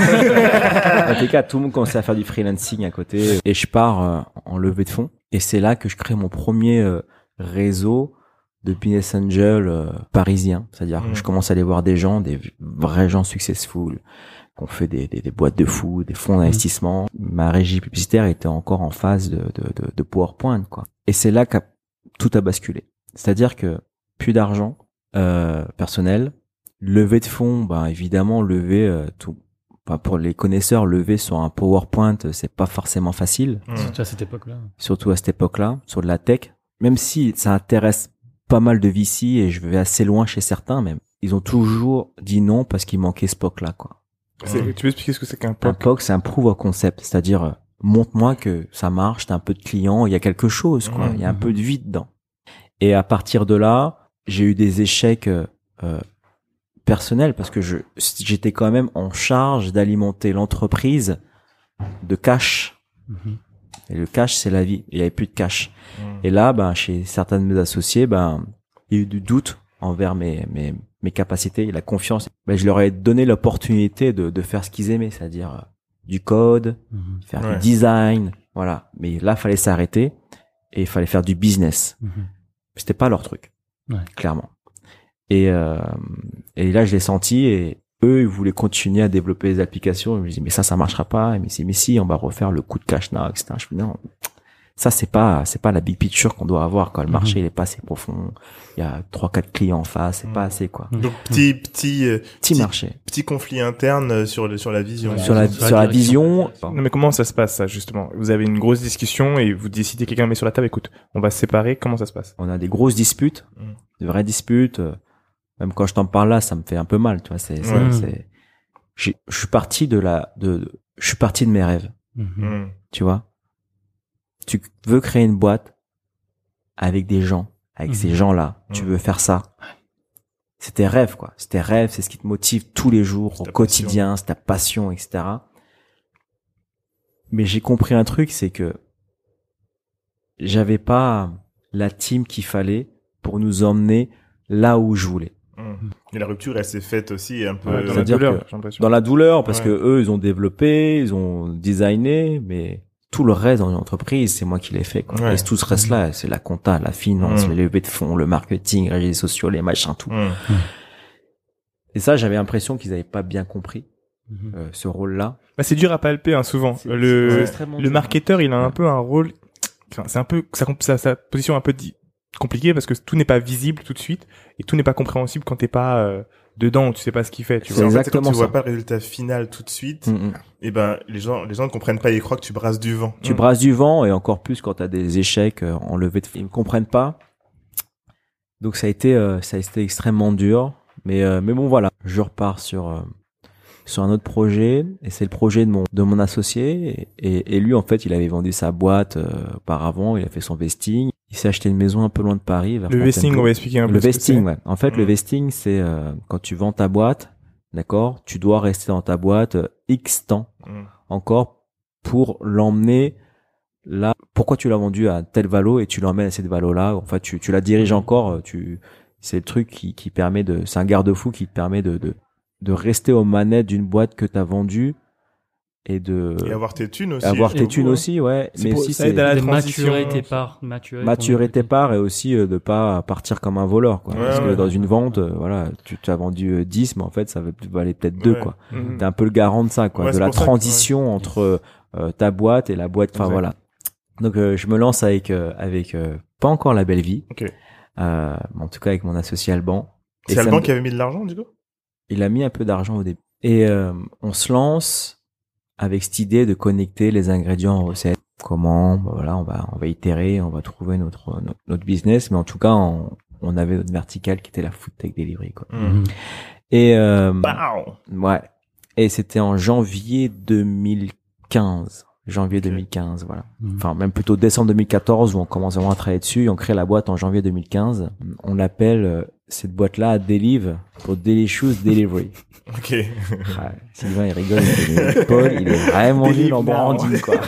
En tout cas, tout le monde commençait à faire du freelancing à côté. Et je pars euh, en levée de fonds. Et c'est là que je crée mon premier euh, réseau de business angel euh, parisien. C'est-à-dire que Mmh. je commence à aller voir des gens, des vrais gens successful, qui ont fait des, des, des boîtes de fous, des fonds d'investissement. Ma régie publicitaire était encore en phase de, de, de, de PowerPoint, quoi. Et c'est là que tout a basculé. C'est-à-dire que plus d'argent euh, personnel, levée de fonds, bah évidemment lever euh, tout. Bah, pour les connaisseurs, lever sur un PowerPoint, c'est pas forcément facile, Mhm. Surtout à cette époque-là. surtout à cette époque-là, sur de la tech. Même si ça intéresse pas mal de V C et je vais assez loin chez certains même, ils ont toujours dit non parce qu'il manquait ce P O C-là, quoi. C'est- Mhm. Tu peux expliquer ce que c'est qu'un Un P O C? P O C, c'est un proof of concept, c'est-à-dire euh, montre-moi que ça marche, t'as un peu de clients, il y a quelque chose, quoi. Mhm. Il y a un peu de vie dedans. Et à partir de là, j'ai eu des échecs euh, euh, personnels parce que je j'étais quand même en charge d'alimenter l'entreprise de cash. Mhm. Et le cash, c'est la vie. Il y avait plus de cash. Mhm. Et là, ben, chez certains de mes associés, ben, il y a eu du doute envers mes, mes, mes capacités et la confiance. Ben, je leur ai donné l'opportunité de, de faire ce qu'ils aimaient, c'est-à-dire euh, du code, Mhm. faire Ouais. du design, voilà. Mais là, fallait s'arrêter et il fallait faire du business. Mhm. C'était pas leur truc, Ouais. clairement. Et, euh, et là, je l'ai senti et eux, ils voulaient continuer à développer les applications. Je me dis, mais ça, ça marchera pas. Et mais c'est, mais si, on va refaire le coup de cash là, et cetera. Je me dis, non, ça, c'est pas, c'est pas la big picture qu'on doit avoir, quoi. Le marché, mm-hmm. il est pas assez profond. Il y a trois, quatre clients en face. C'est mm. pas assez, quoi. Donc, petit, petit, euh, petit, petit marché. Petit conflit interne sur le, sur la vision. Sur la, sur la vision. Non, mais comment ça se passe, ça, justement? Vous avez une grosse discussion et vous décidez, quelqu'un met sur la table, écoute, on va se séparer. Comment ça se passe? On a des grosses disputes, mm. de vraies disputes. Même quand je t'en parle là, ça me fait un peu mal, tu vois. C'est, c'est, ouais. c'est... Je suis parti de la, de, je suis parti de mes rêves. Mm-hmm. Tu vois. Tu veux créer une boîte avec des gens, avec mm-hmm. ces gens-là. Mm-hmm. Tu veux faire ça. C'est tes rêves, quoi. C'est tes rêves, c'est ce qui te motive tous les jours, c'est au quotidien, passion. C'est ta passion, et cetera. Mais j'ai compris un truc, c'est que j'avais pas la team qu'il fallait pour nous emmener là où je voulais. Et la rupture, elle s'est faite aussi un peu ouais, dans la douleur. Que, dans la douleur, parce ouais. que eux, ils ont développé, ils ont designé, mais tout le reste dans l'entreprise, c'est moi qui l'ai fait, quoi. Ouais. Et tout ce reste-là, c'est la compta, la finance, mmh. les levées de fonds, le marketing, les réseaux sociaux, les machins, tout. Mmh. Et ça, j'avais l'impression qu'ils avaient pas bien compris mmh. euh, ce rôle-là. Bah, c'est dur à palper, hein, souvent. C'est, le c'est le marketeur, il a ouais. un peu un rôle. Enfin, c'est un peu sa, sa, sa position un peu dit. Compliqué parce que tout n'est pas visible tout de suite et tout n'est pas compréhensible quand t'es pas euh, dedans, tu sais pas ce qu'il fait. Tu vois. En fait, quand tu ça. vois pas le résultat final tout de suite, mm-hmm. et ben les gens, les gens ne comprennent pas, ils croient que tu brasses du vent. Tu mm. brasses du vent et encore plus quand t'as des échecs euh, en levée de fonds, ils ne comprennent pas. Donc ça a été, euh, ça a été extrêmement dur, mais euh, mais bon voilà, je repars sur euh, sur un autre projet et c'est le projet de mon de mon associé et, et, et lui en fait il avait vendu sa boîte euh, auparavant, il a fait son vesting. Il s'est acheté une maison un peu loin de Paris. Vers le vesting, on va expliquer un peu. Le vesting, ouais. En fait, mmh. le vesting, c'est euh, quand tu vends ta boîte, d'accord, tu dois rester dans ta boîte euh, X temps mmh. encore pour l'emmener là. Pourquoi tu l'as vendu à tel valo et tu l'emmènes à cette valo-là. En fait, tu, tu la diriges encore. Tu, c'est le truc qui, qui permet de, c'est un garde-fou qui te permet de, de, de rester aux manettes d'une boîte que t'as vendue. Et de et avoir tes thunes aussi avoir tes thunes aussi ouais c'est mais aussi c'est de maturer tes parts maturer, maturer tes parts et aussi euh, de pas partir comme un voleur quoi ouais, parce ouais, que ouais. dans une vente euh, voilà tu t'as vendu euh, dix mais en fait ça valait peut-être deux ouais. quoi mm-hmm. t'es un peu le garant de ça quoi ouais, de la transition que, ouais. entre euh, ta boîte et la boîte enfin voilà donc euh, je me lance avec euh, avec euh, pas encore la belle vie okay. euh, en tout cas avec mon associé Alban c'est Alban me... qui avait mis de l'argent du coup il a mis un peu d'argent au début et euh, on se lance avec cette idée de connecter les ingrédients en recette. Comment, bah voilà, on va, on va itérer, on va trouver notre, notre, notre business, mais en tout cas, on, on avait notre verticale qui était la food tech delivery, quoi. Mmh. Et, euh, Bow. ouais. Et c'était en janvier deux mille quinze. Janvier okay. deux mille quinze, voilà. Mmh. Enfin, même plutôt décembre deux mille quatorze où on commence vraiment à travailler dessus et on crée la boîte en janvier deux mille quinze. On l'appelle, euh, cette boîte-là, Delive pour Delicious Delivery. Ok. Ah, Sylvain, il rigole. Il Paul, il est vraiment nul en branding, quoi.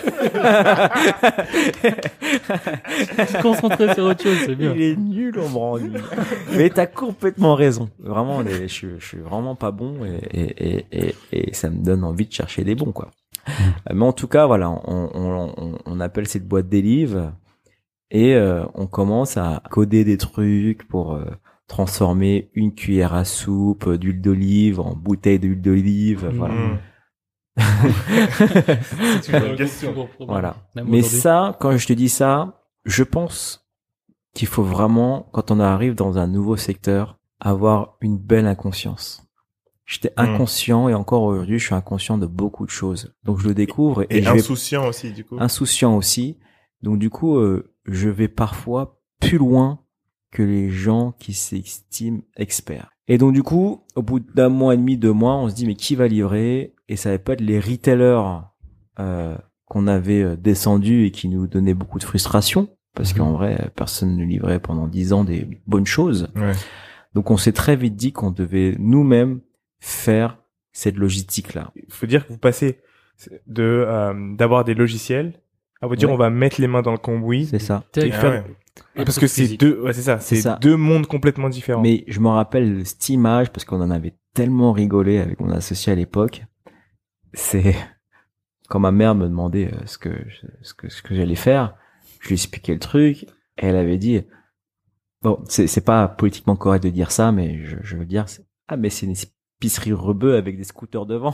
Concentré sur autre chose, c'est bien. Il est nul en branding. Mais t'as complètement raison. Vraiment, je, je, je suis vraiment pas bon et, et, et, et, et ça me donne envie de chercher des bons, quoi. Mais en tout cas, voilà, on, on, on, on appelle cette boîte Delive et euh, on commence à coder des trucs pour euh, transformer une cuillère à soupe d'huile d'olive en bouteille d'huile d'olive, mmh. voilà. C'est une bonne question. Voilà. Mais ça, quand je te dis ça, je pense qu'il faut vraiment, quand on arrive dans un nouveau secteur, avoir une belle inconscience. J'étais inconscient mmh. et encore aujourd'hui, je suis inconscient de beaucoup de choses. Donc je le découvre et, et je insouciant vais... aussi du coup. Insouciant aussi. Donc du coup, euh, je vais parfois plus loin que les gens qui s'estiment experts. Et donc du coup, au bout d'un mois et demi, deux mois, on se dit mais qui va livrer? Et ça va pas être les retailers euh, qu'on avait descendus et qui nous donnaient beaucoup de frustration parce mmh. qu'en vrai, personne ne livrait pendant dix ans des bonnes choses. Ouais. Donc on s'est très vite dit qu'on devait nous-mêmes faire cette logistique-là. Il faut dire que vous passez de euh, d'avoir des logiciels à vous dire ouais. on va mettre les mains dans le cambouis. C'est ça. Et faire... ouais. Et parce que c'est deux, ouais, c'est ça, c'est, c'est ça. deux mondes complètement différents. Mais je me rappelle cette image parce qu'on en avait tellement rigolé avec mon associé à l'époque. C'est quand ma mère me demandait ce que ce que ce que j'allais faire, je lui expliquais le truc et elle avait dit bon, c'est c'est pas politiquement correct de dire ça, mais je, je veux dire, c'est, ah mais c'est une épicerie rebeu avec des scooters devant.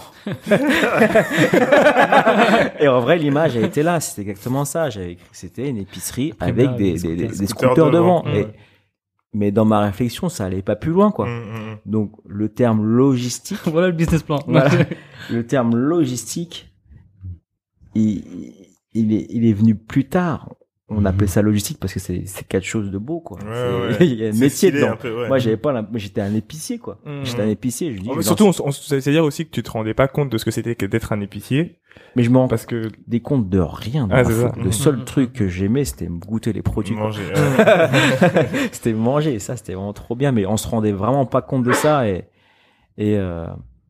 Et en vrai, l'image a été là, c'était exactement ça. J'avais écrit que c'était une épicerie avec des, des, des, des scooters devant. devant. Et, Mmh. mais dans ma réflexion, ça allait pas plus loin, quoi. Mmh, Donc le terme logistique, Voilà le business plan. voilà, le terme logistique, il, il est, il est venu plus tard. On appelait ça logistique parce que c'est, c'est quelque chose de beau, quoi. Ouais, C'est- ouais. Il y a un C'est métier stylé, dedans. un peu, ouais. Moi, j'avais pas, la- moi, j'étais un épicier, quoi. Mmh. J'étais un épicier. Je dis, Oh, mais je surtout, lance- on, on, c'est-à-dire aussi que tu te rendais pas compte de ce que c'était que d'être un épicier, mais je me rends parce que des comptes de rien. Dans Ah, la c'est food. ça. Le seul truc que j'aimais, c'était me goûter les produits, quoi. Manger, ouais. C'était manger. Et ça, c'était vraiment trop bien. Mais on se rendait vraiment pas compte de ça. Et, et, euh,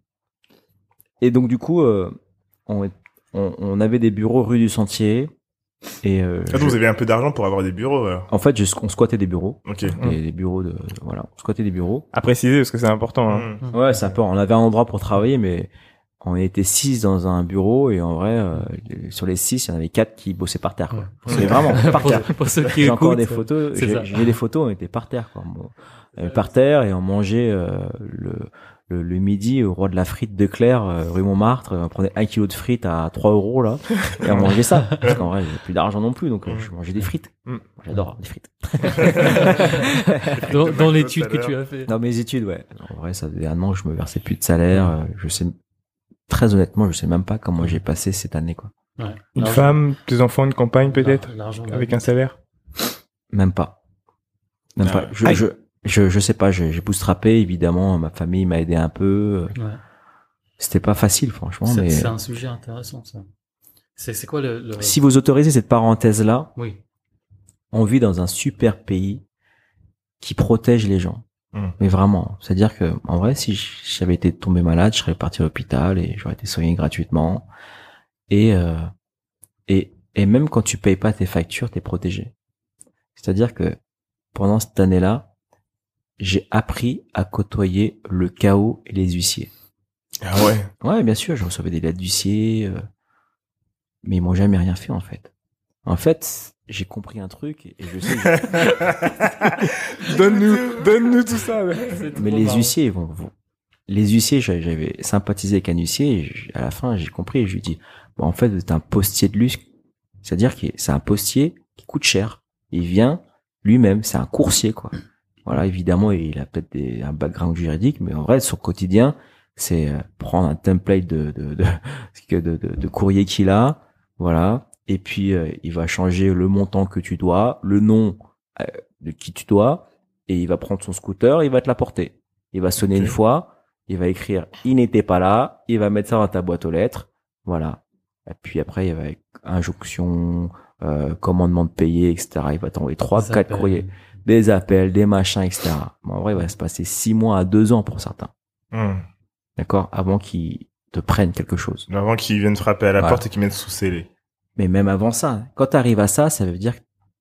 et donc, du coup, euh, on, on, on avait des bureaux rue du Sentier. Et, euh, Ah, donc je- vous avez un peu d'argent pour avoir des bureaux, alors. en fait, je, on squattait des bureaux. Ok. Des, des bureaux de, voilà. On squattait des bureaux. à préciser parce que c'est important. Hein. Mmh. Ouais, c'est un peu, on avait un endroit pour travailler, mais on était six dans un bureau et en vrai, euh, sur les six, il y en avait quatre qui bossaient par terre, quoi. Ouais. C'est vraiment par pour, terre. pour ceux qui J'ai encore écoutent, des photos, c'est j'ai, ça. j'ai des photos, on était par terre, quoi. Bon, euh, par terre et on mangeait euh, le, le le midi au roi de la frite de Claire, euh, rue Montmartre. On prenait un kilo de frites à trois euros là et on mangeait ça. Parce qu'en vrai, j'avais plus d'argent non plus, donc euh, je mangeais des frites. Mm. J'adore les frites. Dans, dans Tout l'étude à que l'heure. tu as fait. Dans mes études, ouais. En vrai, ça faisait un an que je me versais plus de salaire. euh, Je sais, très honnêtement, je sais même pas comment j'ai passé cette année, quoi. Ouais. Une L'argent- femme, des enfants, une campagne peut-être, l'argent avec un salaire. Même pas. Même Ah pas. ouais. Je, Aïe. je, je, je sais pas, j'ai, j'ai bootstrappé, évidemment, ma famille m'a aidé un peu. Ouais. C'était pas facile, franchement, C'est, mais c'est un sujet intéressant, ça. C'est, c'est quoi le, le... si vous autorisez cette parenthèse-là, Oui. on vit dans un super pays qui protège les gens. Mm. Mais vraiment. C'est-à-dire que, en vrai, si j'avais été tombé malade, je serais parti à l'hôpital et j'aurais été soigné gratuitement. Et, euh, et, et même quand tu payes pas tes factures, t'es protégé. C'est-à-dire que, pendant cette année-là, j'ai appris à côtoyer le chaos et les huissiers. Ah ouais. Ouais, bien sûr, je recevais des lettres d'huissier, euh, mais ils m'ont jamais rien fait, en fait. En fait, j'ai compris un truc et je sais que Donne-nous, donne-nous tout ça. ouais. mais les huissiers ils vont, vont- les huissiers, j'avais- j'avais sympathisé avec un huissier et je- à la fin, j'ai compris et je lui dis, bon, en fait, c'est un postier de luxe. C'est-à-dire que c'est un postier qui coûte cher. Il vient lui-même, c'est un coursier, quoi. Voilà, évidemment, il a peut-être des, un background juridique, mais en vrai, son quotidien, c'est euh, prendre un template de, de, de, de, de, de, de courrier qu'il a, voilà. Et puis, euh, il va changer le montant que tu dois, le nom euh, de qui tu dois, et il va prendre son scooter, il va te l'apporter. Il va sonner Ok. une fois, il va écrire « il n'était pas là », il va mettre ça dans ta boîte aux lettres, voilà. Et puis après, il va avec injonction, euh, commandement de payer, et cetera. Il va t'envoyer trois, Des quatre appels. courriers, des appels, des machins, et cetera. Mais en vrai, il va se passer six mois à deux ans pour certains, Mmh. d'accord, avant qu'ils te prennent quelque chose. Avant qu'ils viennent frapper à la Voilà. porte et qu'ils mettent sous scellé. Mais même avant ça, quand t'arrives à ça, ça veut dire que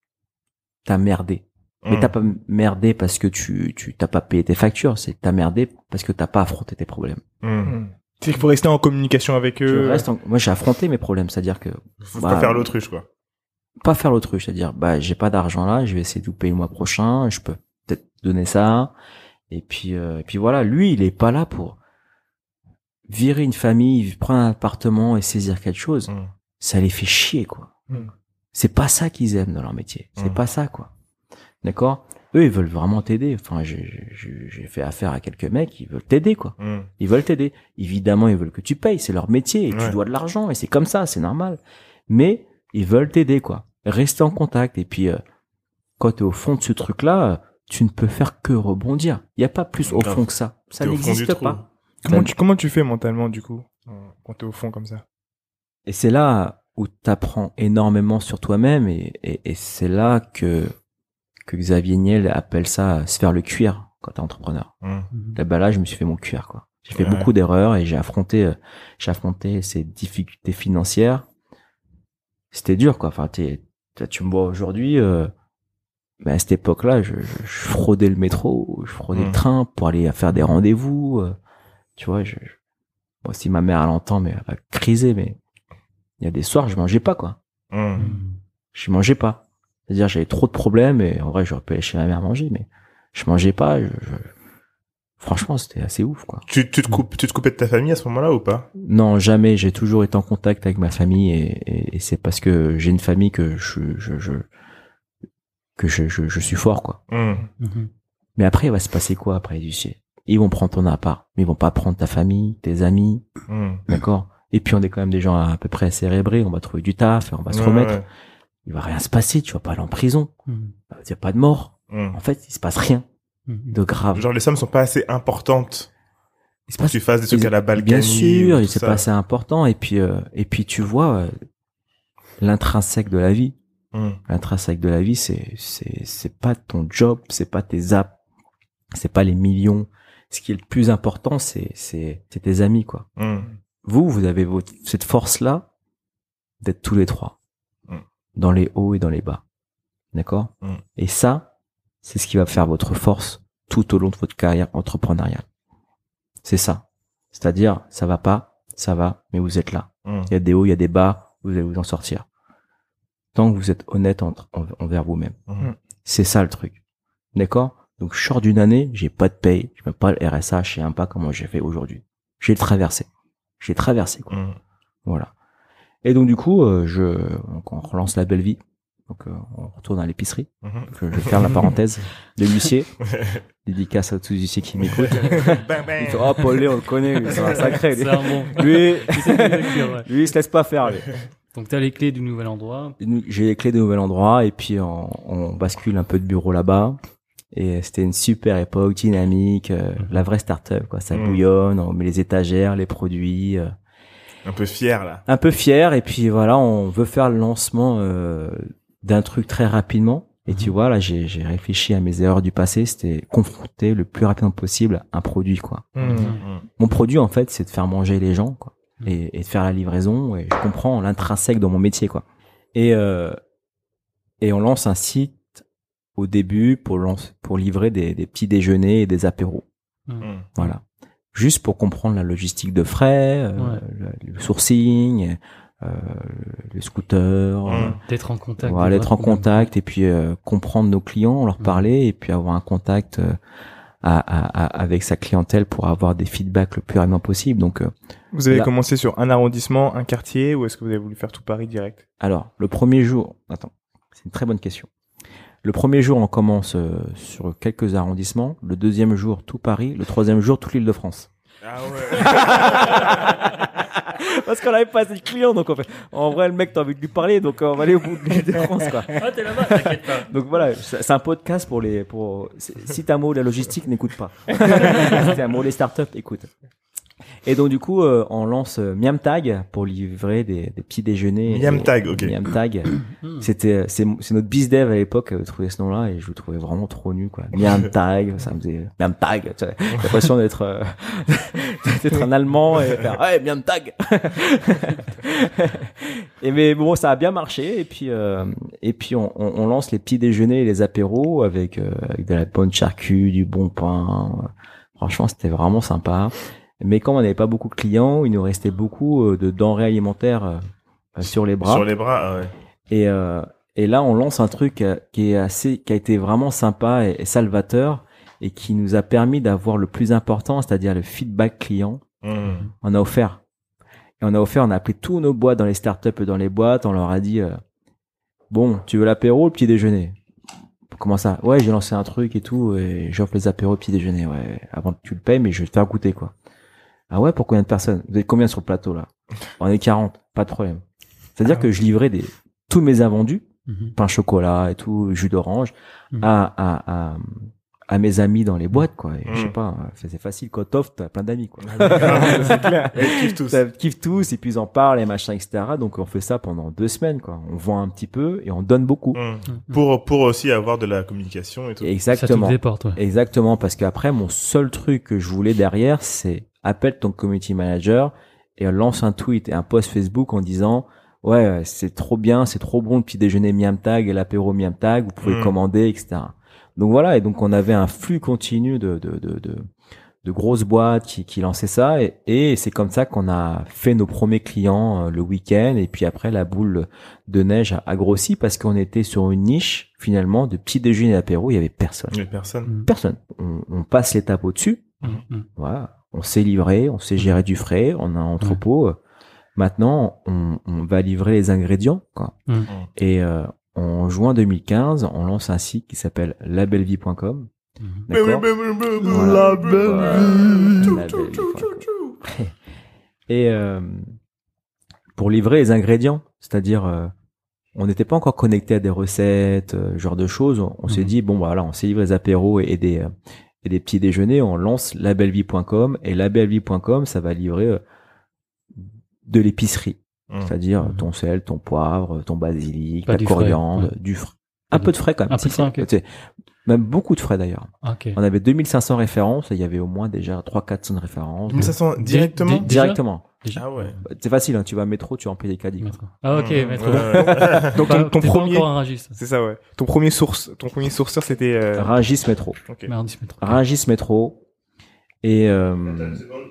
t'as merdé. Mais Mmh. t'as pas merdé parce que tu tu t'as pas payé tes factures, c'est que t'as merdé parce que t'as pas affronté tes problèmes. Mmh. C'est qu'il faut rester en communication avec Tu eux. restes en- Moi, j'ai affronté mes problèmes, c'est-à-dire que Faut bah, pas faire l'autruche, quoi. pas faire l'autruche, c'est-à-dire bah j'ai pas d'argent là, je vais essayer de vous payer le mois prochain, je peux peut-être donner ça. Et puis euh, et puis voilà, lui, il est pas là pour virer une famille, prendre un appartement et saisir quelque chose. Mmh. Ça les fait chier, quoi. Mm. C'est pas ça qu'ils aiment dans leur métier. C'est Mm. pas ça, quoi. D'accord? Eux, ils veulent vraiment t'aider. Enfin, j'ai, j'ai, j'ai fait affaire à quelques mecs, ils veulent t'aider, quoi. Mmh. Ils veulent t'aider. Évidemment, ils veulent que tu payes. C'est leur métier et tu Ouais. dois de l'argent et c'est comme ça, c'est normal. Mais ils veulent t'aider, quoi. Rester en contact. Et puis, euh, quand t'es au fond de ce truc-là, euh, tu ne peux faire que rebondir. Il y a pas plus au Grave. fond que ça. Ça T'es au fond du n'existe trou. pas. Comment Ça- tu, comment tu fais mentalement, du coup, euh, quand t'es au fond comme ça? Et c'est là où tu apprends énormément sur toi-même et, et, et c'est là que, que Xavier Niel appelle ça se faire le cuir quand t'es entrepreneur. Mmh. Là, bah là, je me suis fait mon cuir, quoi. J'ai fait Ouais. beaucoup d'erreurs et j'ai affronté, euh, j'ai affronté ces difficultés financières. C'était dur, quoi. Enfin, t'es, t'as- tu me vois aujourd'hui, euh, bah, à cette époque-là, je, je, je fraudais le métro, je fraudais Mm. le train pour aller faire des rendez-vous. euh, tu vois, je, je... Bon, si ma mère elle entend, mais elle va criser, mais il y a des soirs, je mangeais pas, quoi. Mmh. Je mangeais pas. C'est-à-dire, j'avais trop de problèmes et en vrai, j'aurais pu aller chez ma mère manger, mais je mangeais pas. Je, je... Franchement, c'était assez ouf, quoi. Tu, tu te coupes, tu te coupais de ta famille à ce moment-là ou pas? Non, jamais. J'ai toujours été en contact avec ma famille et, et, et c'est parce que j'ai une famille que je, je, je que je, je, je suis fort, quoi. Mmh. Mhm. Mais après, il va se passer quoi après, Lucie? Ils vont prendre ton appart, mais ils vont pas prendre ta famille, tes amis, Mmh. d'accord? Et puis on est quand même des gens à peu près cérébrés, on va trouver du taf, on va se Ouais, remettre. ouais. Il va rien se passer, tu vas pas aller en prison, Mhm. il y a pas de mort. Mmh. En fait, il se passe rien Mhm. de grave. Genre les sommes sont pas assez importantes Il se pour que tu fasses des trucs à la Balkany. Bien sûr, ou et tout c'est ça. pas assez important. Et puis, euh, et puis tu vois euh, l'intrinsèque de la vie. Mmh. L'intrinsèque de la vie, c'est c'est c'est pas ton job, c'est pas tes apps, c'est pas les millions. Ce qui est le plus important, c'est c'est c'est tes amis, quoi. Mmh. Vous, vous avez votre, cette force-là d'être tous les trois Mm. dans les hauts et dans les bas, d'accord. Mm. Et ça, c'est ce qui va faire votre force tout au long de votre carrière entrepreneuriale. C'est ça. C'est-à-dire, ça va pas, ça va, mais vous êtes là. Mm. Il y a des hauts, il y a des bas, vous allez vous en sortir. Tant que vous êtes honnête entre, en- envers vous-même. Mm. C'est ça le truc. D'accord? Donc, je sors d'une année, j'ai pas de paye, je n'ai pas le R S A, je sais même pas comment j'ai fait aujourd'hui. J'ai traversé. J'ai traversé, quoi. Mm. Voilà. Et donc, du coup, euh, je, donc, on relance la belle vie. Donc, euh, on retourne à l'épicerie. Mhm. Donc, euh, je ferme la parenthèse de l'huissier. Dédicace à tous les huissiers qui m'écoutent. Bang, bang. Il fait, oh, Paul Lé, on le connaît, lui, c'est un sacré. Lui, C'est un bon. lui, Il sait bien écrire, ouais. lui, il se laisse pas faire, lui. Donc t'as les clés du nouvel endroit. J'ai les clés de nouvel endroit et puis on, on bascule un peu de bureau là-bas. Et c'était une super époque, dynamique, euh, la vraie start-up, quoi. Ça Mhm. bouillonne, on met les étagères, les produits. euh, Un peu fier là. un peu fier et puis voilà, on veut faire le lancement euh, d'un truc très rapidement. Et tu vois, là, j'ai j'ai réfléchi à mes erreurs du passé. C'était confronter le plus rapidement possible un produit, quoi. Mm. Mm. Mon produit, en fait, c'est de faire manger les gens, quoi, Mhm. et, et de faire la livraison. Et je comprends l'intrinsèque dans mon métier, quoi. Et euh, et on lance un site au début pour lance, pour livrer des, des petits déjeuners et des apéros. Mhm. Mm. Voilà. Juste pour comprendre la logistique de frais, euh, Ouais. le, le sourcing, euh, le scooter. Mm. euh, D'être en contact. Voilà, de être en voir. contact et puis euh, comprendre nos clients, leur Mhm. parler et puis avoir un contact euh, à, à, à- avec sa clientèle pour avoir des feedbacks le plus rapidement possible. Donc, euh, Vous avez Là- commencé sur un arrondissement, un quartier, ou est-ce que vous avez voulu faire tout Paris direct? alors, le premier jour, attends, c'est une très bonne question. Le premier jour, on commence euh, sur quelques arrondissements. Le deuxième jour, tout Paris. Le troisième jour, toute l'Île-de-France. Ah ouais. Parce qu'on avait pas assez de clients, donc en fait, en vrai, le mec, t'as envie de lui parler, donc on va aller au bout de l'Île-de-France, quoi. Ah, t'es là-bas, t'inquiète pas. Donc voilà, c'est c'est un podcast pour les, pour, c'est- si t'as un mot de la logistique, n'écoute pas. Si t'as un mot des startups, écoute. Et donc du coup, euh, on lance euh, Miam Tag pour livrer des, des petits déjeuners. Miam Et- Tag, ok. Miam Tag. Mhm. C'était, c'est, c'est notre bizdev à l'époque qui avait trouvé ce nom-là et je le trouvais vraiment trop nul, quoi. Miam Tag, ça me faisait Miam Tag. Tu vois, j'ai l'impression d'être, euh, d'être un Allemand et faire ouais Miam Tag. Et mais bon, ça a bien marché et puis euh, et puis on, on, on lance les petits déjeuners et les apéros avec, euh, avec de la bonne charcuterie, du bon pain. Franchement, c'était vraiment sympa. Mais comme on n'avait pas beaucoup de clients, il nous restait beaucoup euh, de denrées alimentaires euh, sur les bras. Sur les bras, ah ouais. Et euh, et là, on lance un truc euh, qui est assez, qui a été vraiment sympa et, et salvateur et qui nous a permis d'avoir le plus important, c'est-à-dire le feedback client. Mm. On a offert. Et on a offert, on a appelé tous nos boîtes dans les startups et dans les boîtes. On leur a dit, euh, bon, tu veux l'apéro ou le petit déjeuner? Comment ça? Ouais, j'ai lancé un truc et tout, et j'offre les apéros au petit déjeuner. Ouais, avant que tu le payes, mais je vais te faire goûter, quoi. Ah ouais, pour combien de personnes? Vous êtes combien sur le plateau, là? On est quarante, pas de problème. C'est-à-dire Ah que je livrais des, tous mes invendus, Mhm. pain chocolat et tout, jus d'orange, Mhm. à, à, à, à mes amis dans les boîtes, quoi. Et je sais Mhm. pas, c'est facile, quand t'offres, t'as plein d'amis, quoi. C'est clair. Ils kiffent tous. Ça kiffe tous, et puis ils en parlent, et machin, et cetera. Donc, on fait ça pendant deux semaines, quoi. On vend un petit peu, et on donne beaucoup. Mm. Mhm. Pour, pour aussi avoir de la communication et tout. Ça Exactement. t'ouvre des portes, ouais. Exactement, parce qu'après, mon seul truc que je voulais derrière, c'est appelle ton community manager et lance un tweet et un post Facebook en disant ouais, c'est trop bien, c'est trop bon le petit déjeuner Miam Tag et l'apéro Miam Tag, vous pouvez Mm. commander, et cetera. Donc voilà, et donc on avait un flux continu de de de de de grosses boîtes qui, qui lançaient ça et, et c'est comme ça qu'on a fait nos premiers clients euh, le week-end et puis après la boule de neige a, a grossi parce qu'on était sur une niche finalement de petit déjeuner et apéro, il y avait personne. Il y a personne. Personne. On, on passe l'étape au-dessus. Mhm. Voilà. On sait livrer, on sait gérer du frais, on a un entrepôt. Maintenant, on, on va livrer les ingrédients, quoi. Mhm. Et euh, en juin deux mille quinze, on lance un site qui s'appelle la belle vie point com. Mhm. D'accord. Voilà. La belle vie. Voilà, la belle vie point com. Et euh, pour livrer les ingrédients, c'est-à-dire euh, on n'était pas encore connecté à des recettes, euh, genre de choses. On, on Mhm. s'est dit bon bah voilà, on sait livrer des apéros et, et des euh, et des petits déjeuners. On lance la belle vie point com et la belle vie point com, ça va livrer euh, de l'épicerie, Mmh. c'est-à-dire Mhm. ton sel, ton poivre, ton basilic, Pas ta du frais, coriandre, ouais. du frais. Pas Un du- peu de frais quand même. Un peu de Si, frais, si. ok. Tu sais, même beaucoup de frais d'ailleurs. Ok. On avait deux mille cinq cents références et il y avait au moins déjà trois cents quatre cents références. mille cinq cents directement? Di- di- Déjà Directement. Déjà Ah ouais. C'est facile, hein, tu vas à métro, tu remplis des caddies. quoi. Métro. Ah ok, Mmh. métro. Ouais, ouais. Donc Pas- ton, ton t'es pas premier, encore un ragiste. c'est ça ouais. Ton premier source, ton premier sourceur c'était. Euh... Rungis métro. ok. Merde, métro. Rungis métro. Et euh,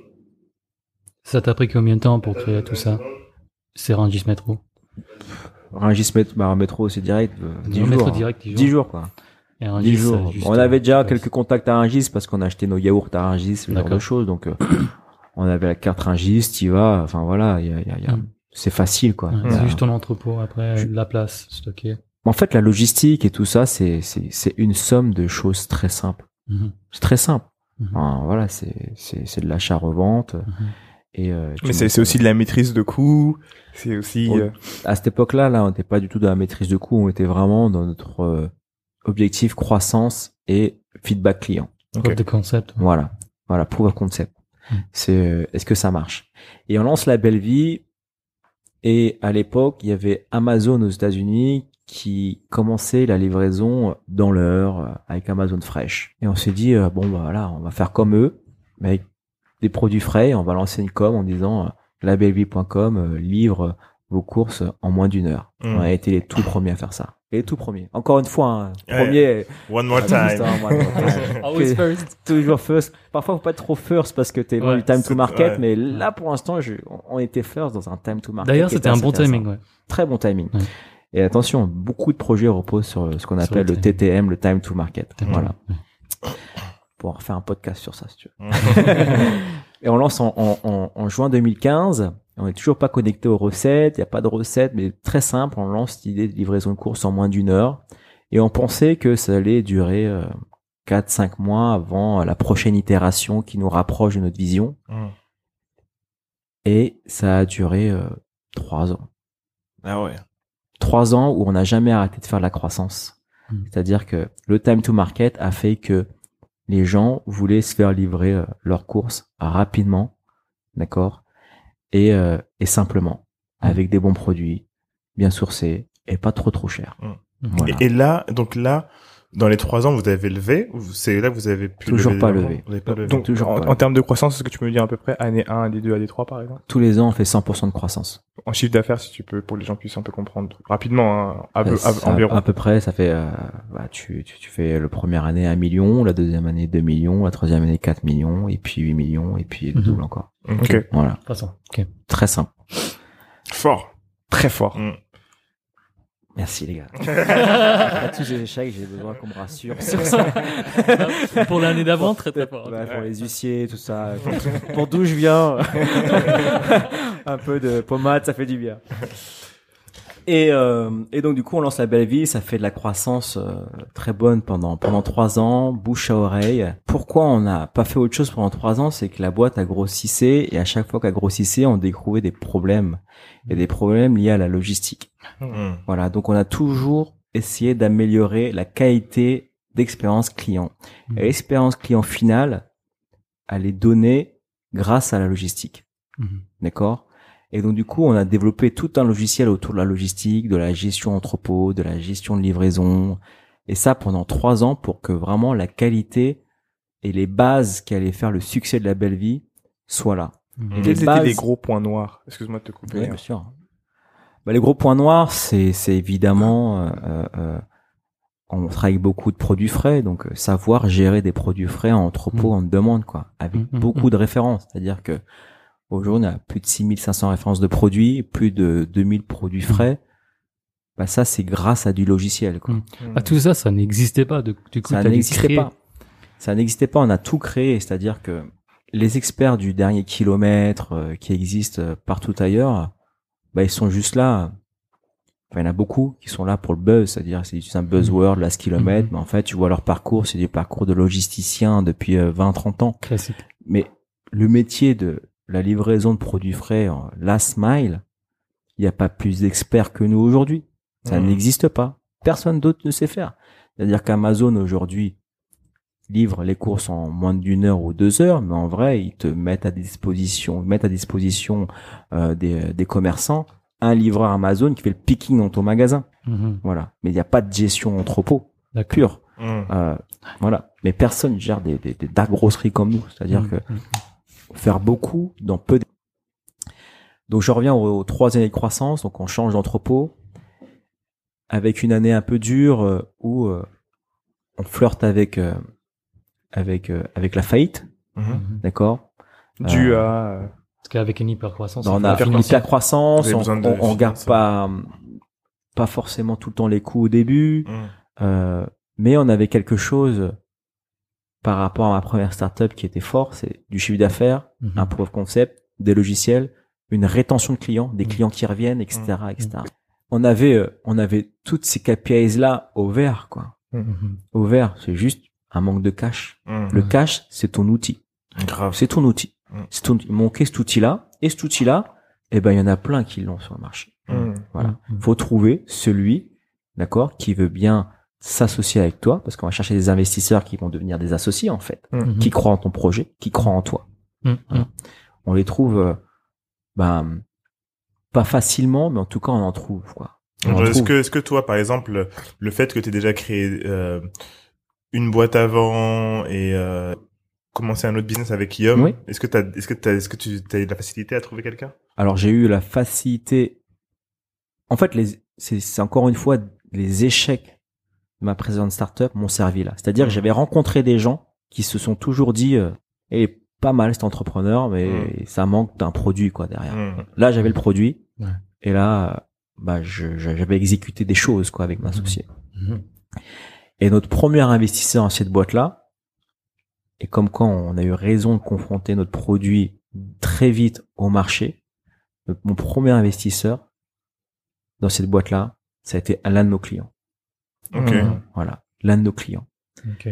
Ça t'a pris combien de temps pour créer tout ça? C'est Rungis Métro. Rungis métro, bah, métro c'est direct. euh, dix Non, jours. métro hein. direct, dix jours. dix jours quoi. Et Rungis, dix jours. euh, juste, on avait déjà euh, quelques contacts à Rungis parce qu'on a acheté nos yaourts à Rungis, ce genre D'accord. de choses. Donc, euh, on avait la carte Rungis, t'y vas. Enfin voilà, il y a, il y a, il y a- Mm. c'est facile quoi. Ouais, Il y a- c'est juste ton entrepôt, après, Je- la place stockée. En fait, la logistique et tout ça, c'est c'est c'est une somme de choses très simples. Mhm. C'est très simple. Mhm. Enfin, voilà, c'est c'est c'est de l'achat-revente. Mhm. Et euh, tu Mais c'est mets- c'est aussi de la maîtrise de coûts. C'est aussi. Oh, euh, à cette époque-là, là, on n'était pas du tout dans la maîtrise de coût, on était vraiment dans notre euh, objectif croissance et feedback client. Preuve de concept. Voilà, voilà, proof of concept. Mm. C'est euh, est-ce que ça marche? Et on lance la belle vie. Et à l'époque, il y avait Amazon aux États-Unis qui commençait la livraison dans l'heure euh, avec Amazon Fresh. Et on s'est dit euh, bon bah voilà, on va faire comme eux, mais avec des produits frais. On va lancer une com en disant euh, la belle vie point com euh, livre vos courses en moins d'une heure. Mm. On a été les tout premiers à faire ça. Les tout premiers. Encore une fois, hein, Ouais. premier. One more Ah, time. putain, one more time. Always Que- first. Toujours first. Parfois, faut pas être trop first parce que t'es loin Ouais, du time c'est- to market, ouais. mais là, pour l'instant, je, on était first dans un time to market. D'ailleurs, qui c'était était un bon assez intéressant. timing, ouais. Très bon timing. Ouais. Et attention, beaucoup de projets reposent sur ce qu'on Sur appelle le le T T M, le time to market. Time to- Voilà. Ouais. Pour refaire un podcast sur ça, si tu veux. Mm. Et on lance en, en, en, en juin deux mille quinze. On n'est toujours pas connecté aux recettes. Il n'y a pas de recettes, mais très simple. On lance l'idée de livraison de course en moins d'une heure. Et on pensait que ça allait durer euh, quatre cinq mois avant la prochaine itération qui nous rapproche de notre vision. Mm. Et ça a duré euh, trois ans. Ah ouais. Trois ans où on n'a jamais arrêté de faire de la croissance. Mm. C'est-à-dire que le time to market a fait que les gens voulaient se faire livrer euh, leurs courses rapidement, d'accord, et, euh, et simplement, Mm. avec des bons produits, bien sourcés et pas trop trop chers. Mm. Voilà. Et, et là, donc là, dans les trois ans, vous avez levé ou c'est là que vous avez pu Toujours lever pas de l'argent levé. Vous avez pas levé. Donc toujours en, pas. en termes de croissance, est-ce que tu peux me dire à peu près année un, année deux, année trois par exemple? Tous les ans, on fait cent pour cent de croissance. En chiffre d'affaires, si tu peux, pour que les gens puissent un peu comprendre rapidement, hein, à, peu- Euh, à- ça- environ. à peu près, ça fait, euh, bah, tu, tu, tu fais le première année un million, la deuxième année deux millions, la troisième année quatre millions, et puis huit millions, et puis le Mhm. double encore. Ok. Voilà. De toute façon. Ok. Très simple. Fort. Très fort. Mm. Merci les gars. Après tous ces échecs, j'ai besoin qu'on me rassure sur ça. Pour l'année d'avant, très très fort. Ouais, pour les huissiers, tout ça. Pour, pour d'où je viens. Un peu de pommade, ça fait du bien. Et, euh, et donc du coup, on lance la belle vie. Ça fait de la croissance euh, très bonne pendant pendant trois ans, bouche à oreille. Pourquoi on n'a pas fait autre chose pendant trois ans? C'est que la boîte a grossissé et à chaque fois qu'elle grossissait, on découvrait des problèmes. Et des problèmes liés à la logistique. Mm. Voilà, donc on a toujours essayé d'améliorer la qualité d'expérience client. Mhm. Et l'expérience client finale, elle est donnée grâce à la logistique. Mhm. D'accord? Et donc du coup, on a développé tout un logiciel autour de la logistique, de la gestion entrepôt, de la gestion de livraison. Et ça pendant trois ans pour que vraiment la qualité et les bases qui allaient faire le succès de la belle vie soient là. Mhm. Et les Quels étaient bases- les gros points noirs? Excuse-moi de te couper. Oui, hein. bien sûr. Bah, les gros points noirs, c'est c'est évidemment euh, euh, on travaille beaucoup de produits frais, donc euh, savoir gérer des produits frais en entrepôt, Mmh. on demande quoi, avec Mmh, beaucoup mmh. de références. C'est-à-dire que aujourd'hui, on a plus de six mille cinq cents références de produits, plus de deux mille produits frais. Bah ça, c'est grâce à du logiciel quoi. Mmh. Ah, tout ça, ça n'existait pas. De, du coup, Ça t'as dû n'existait créer. pas. Ça n'existait pas. On a tout créé. C'est-à-dire que les experts du dernier kilomètre euh, qui existent euh, partout ailleurs, bah ils sont juste là. Enfin, il y en a beaucoup qui sont là pour le buzz, c'est-à-dire c'est juste un buzzword, last kilomètre, Mhm. mais en fait, tu vois leur parcours, c'est des parcours de logisticiens depuis euh, vingt trente ans. Classique. Mais le métier de la livraison de produits frais en last mile, il n'y a pas plus d'experts que nous aujourd'hui. Ça Mhm. n'existe pas. Personne d'autre ne sait faire. C'est-à-dire qu'Amazon aujourd'hui livre les courses en moins d'une heure ou deux heures, mais en vrai, ils te mettent à disposition, ils mettent à disposition euh, des, des commerçants un livreur Amazon qui fait le picking dans ton magasin. Mhm. Voilà. Mais il n'y a pas de gestion entrepôt D'accord. pure. Mmh. Euh, voilà. Mais personne gère des, des, des dark grosseries comme nous. C'est-à-dire Mhm. que faire beaucoup dans peu de... Donc je reviens aux, aux trois années de croissance. Donc on change d'entrepôt avec une année un peu dure euh, où euh, on flirte avec euh, avec euh, avec la faillite, Mmh. Mhm. d'accord. Dû Euh, à... euh, Parce qu'avec une hypercroissance, on il faut a la une financer. hypercroissance, Vous avez on, besoin de on, on garde financer. pas pas forcément tout le temps les coûts au début, Mmh. euh, mais on avait quelque chose par rapport à ma première startup qui était fort, c'est du chiffre d'affaires, Mhm. un proof of concept, des logiciels, une rétention de clients, des Mhm. clients qui reviennent, et cetera, et cetera. On avait euh, on avait toutes ces K P Is là au vert, quoi. Mhm. Au vert, c'est juste un manque de cash. Mmh. Le cash, c'est ton outil. Grave. C'est ton outil. Mm. C'est ton, il manquait cet outil-là. Et cet outil-là, eh ben, il y en a plein qui l'ont sur le marché. Mmh. Voilà. Mhm. Faut trouver celui, d'accord, qui veut bien s'associer avec toi, parce qu'on va chercher des investisseurs qui vont devenir des associés, en fait, Mhm. qui croient en ton projet, qui croient en toi. Mhm. Voilà. On les trouve, euh, ben, pas facilement, mais en tout cas, on en trouve, quoi. On en Alors, Est-ce trouve. que, est-ce que toi, par exemple, le fait que tu aies déjà créé euh, une boîte avant et euh, commencé un autre business avec Guillaume, Oui. est-ce que t'as, est-ce que t'as, est-ce que tu as eu de la facilité à trouver quelqu'un? Alors, j'ai eu la facilité. En fait, les, c'est, c'est encore une fois les échecs de ma précédente startup m'ont servi là. C'est-à-dire que j'avais rencontré des gens qui se sont toujours dit, euh, eh, pas mal cet entrepreneur, mais Mm. ça manque d'un produit, quoi, derrière. Mmh. Là, j'avais le produit. Ouais. Et là, euh, bah, je, je- j'avais exécuté des choses, quoi, avec ma associé. Mhm. Et notre premier investisseur dans cette boîte-là, et comme quand on a eu raison de confronter notre produit très vite au marché, notre- mon premier investisseur dans cette boîte-là, ça a été l'un de nos clients. Ok. Mhm. Voilà, l'un de nos clients. Ok.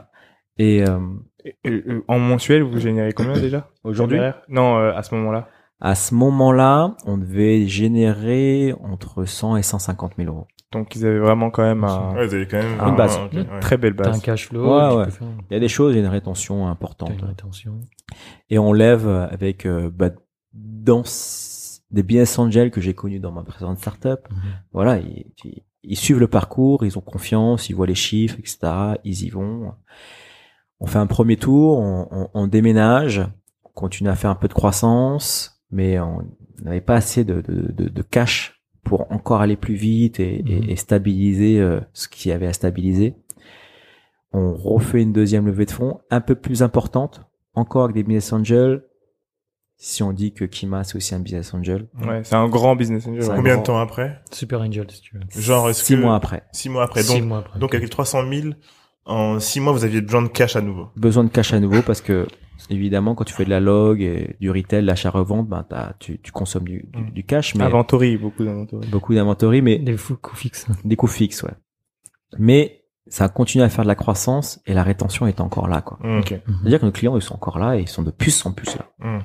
Et euh, Et- et- et en mensuel, vous générez combien déjà aujourd'hui, derrière Non, euh, à ce moment-là. à ce moment-là, on devait générer entre cent et cent cinquante mille euros. Donc ils avaient vraiment quand même un... Ouais, vous avez quand même Une base. ok, ouais. très belle T'as un base. cash flow. Ouais, tu ouais. peux faire- Il y a des choses, il y a une rétention T'as importante. une rétention. Et on lève avec euh, bah, dans s- des business angels que j'ai connus dans ma précédente startup. Mhm. Voilà, ils, ils- ils suivent le parcours, ils ont confiance, ils voient les chiffres, et cetera. Ils y vont. On fait un premier tour, on, on, on déménage, on continue à faire un peu de croissance, mais on n'avait pas assez de, de, de, de cash pour encore aller plus vite et, Mhm. et, et stabiliser euh, ce qu'il y avait à stabiliser. On refait une deuxième levée de fonds, un peu plus importante, encore avec des business angels. Si on dit que Kima, c'est aussi un business angel. Ouais, c'est un grand business angel. C'est un ouais. Combien grand- de temps après? Super Angel, si tu veux. Genre, est-ce Six que... mois après. Six mois après. Six Donc, mois après. donc avec trois cent mille, en six mois, vous aviez besoin de cash à nouveau. Besoin de cash à nouveau parce que, évidemment, quand tu fais de la log et du retail, l'achat-revente, ben, t'as, tu, tu consommes du, du, Mm. du cash, mais Inventory, beaucoup d'inventory. beaucoup d'inventory, mais Des fous coûts fixes. des coûts fixes, ouais. Mais ça a continué à faire de la croissance et la rétention est encore là, quoi. Mmh. Ok. C'est-à-dire que nos clients, ils sont encore là et ils sont de plus en plus là. Mmh.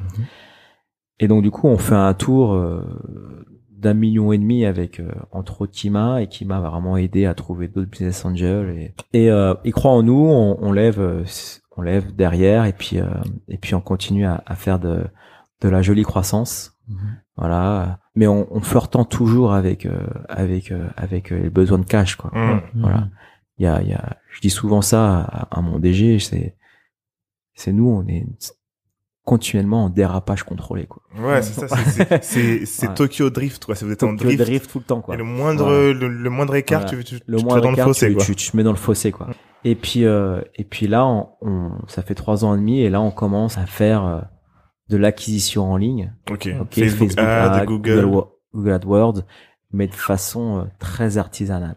Et donc, du coup, on fait un tour euh, d'un million et demi avec, euh, entre autres, Kima, et Kima va vraiment aider à trouver d'autres business angels et, et euh, ils croient en nous, on, on lève, euh, on lève derrière et puis, euh, et puis on continue à, à faire de, de la jolie croissance. Mhm. Voilà. Mais on, on flirtant toujours avec, euh, avec, euh, avec euh, les besoins de cash, quoi. Mmh. Voilà. Il y a, il y a, je dis souvent ça à, à mon D G, c'est, c'est nous, on est une continuellement en dérapage contrôlé, quoi. Ouais, c'est ça, c'est, c'est, c'est, c'est Ouais. Tokyo Drift, quoi. Si vous êtes en Tokyo drift. drift tout le temps, quoi. Et le moindre, Voilà. le, le moindre écart, Voilà. tu, tu, Le tu te moindre mets dans le écart, fossé, tu, quoi. tu, tu te mets dans le fossé, quoi. Et puis, euh, et puis là, on, on, ça fait trois ans et demi, et là, on commence à faire euh, de l'acquisition en ligne. Ok. Ok, Facebook, Ads, Ads, Google. Google, Google AdWords, mais de façon euh, très artisanale.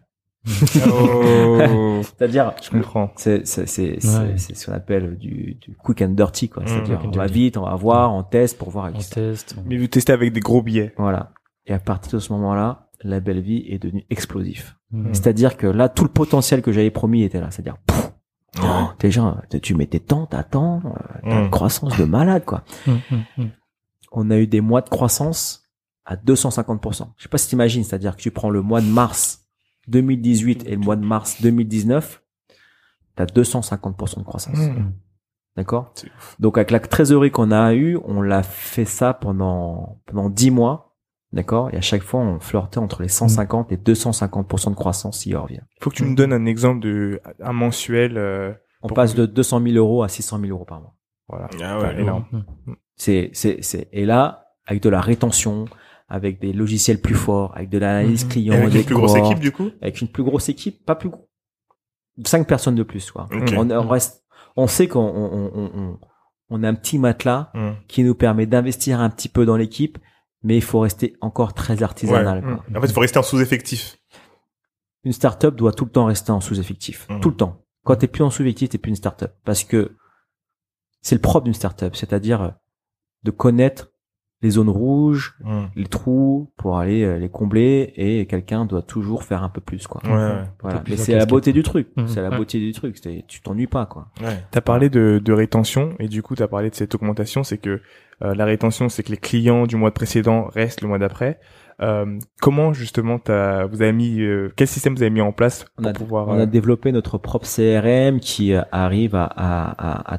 Oh, C'est-à-dire, je comprends. c'est c'est c'est Ouais. c'est c'est ce qu'on appelle du du quick and dirty, quoi. Mmh, C'est-à-dire, quick and on va dirty. vite, on va voir, on teste pour voir. On avec ça. teste. on- Mais vous testez avec des gros billets. Voilà. Et à partir de ce moment-là, la belle vie est devenue explosif. Mm. C'est-à-dire que là, tout le potentiel que j'avais promis était là. C'est-à-dire, pff, Oh. déjà, tu mets tes temps, t'attends, euh, t'as une Mm. croissance de malade, quoi. Mm, mm, mm. On a eu des mois de croissance à deux cent cinquante pour cent. Je sais pas si t'imagines, c'est-à-dire que tu prends le mois de mars deux mille dix-huit et le mois de mars deux mille dix-neuf, t'as deux cent cinquante pour cent de croissance. Mm. D'accord? C'est ouf. Donc, avec la trésorerie qu'on a eue, on l'a fait ça pendant, pendant dix mois. D'accord? Et à chaque fois, on flirtait entre les cent cinquante et deux cent cinquante pour cent de croissance si on revient. Faut que tu me donnes un exemple de, un mensuel, euh, On Pour- passe de deux cent mille euros à six cent mille euros par mois. voilà. Ah Enfin, ouais, énorme. C'est, c'est, c'est, et là, avec de la rétention, avec des logiciels plus forts, avec de l'analyse Mhm. client, Et avec des une plus grosse cohortes, équipe, du coup? avec une plus grosse équipe, pas plus gros. Cinq personnes de plus, quoi. Ok. On, on reste, on sait qu'on, on, on, on, on a un petit matelas Mm. qui nous permet d'investir un petit peu dans l'équipe, mais il faut rester encore très artisanal, Ouais. quoi. En fait, il faut rester en sous-effectif. Une startup doit tout le temps rester en sous-effectif. Mhm. Tout le temps. Quand t'es plus en sous-effectif, t'es plus une startup. Parce que c'est le propre d'une startup. C'est-à-dire euh, de connaître les zones rouges, Mm. les trous pour aller euh, les combler, et quelqu'un doit toujours faire un peu plus, quoi. Ouais, ouais. Voilà. peu plus Mais en c'est la casquette. beauté du truc. Mhm. C'est la Ouais. beauté du truc. C'est, tu t'ennuies pas, quoi. Ouais. T'as parlé de, de rétention et du coup t'as parlé de cette augmentation, c'est que euh, la rétention, c'est que les clients du mois précédent restent le mois d'après. Euh, comment justement t'as, vous avez mis, euh, quel système vous avez mis en place On pour a, pouvoir on euh, a développé notre propre C R M qui euh, arrive à, à, à, à,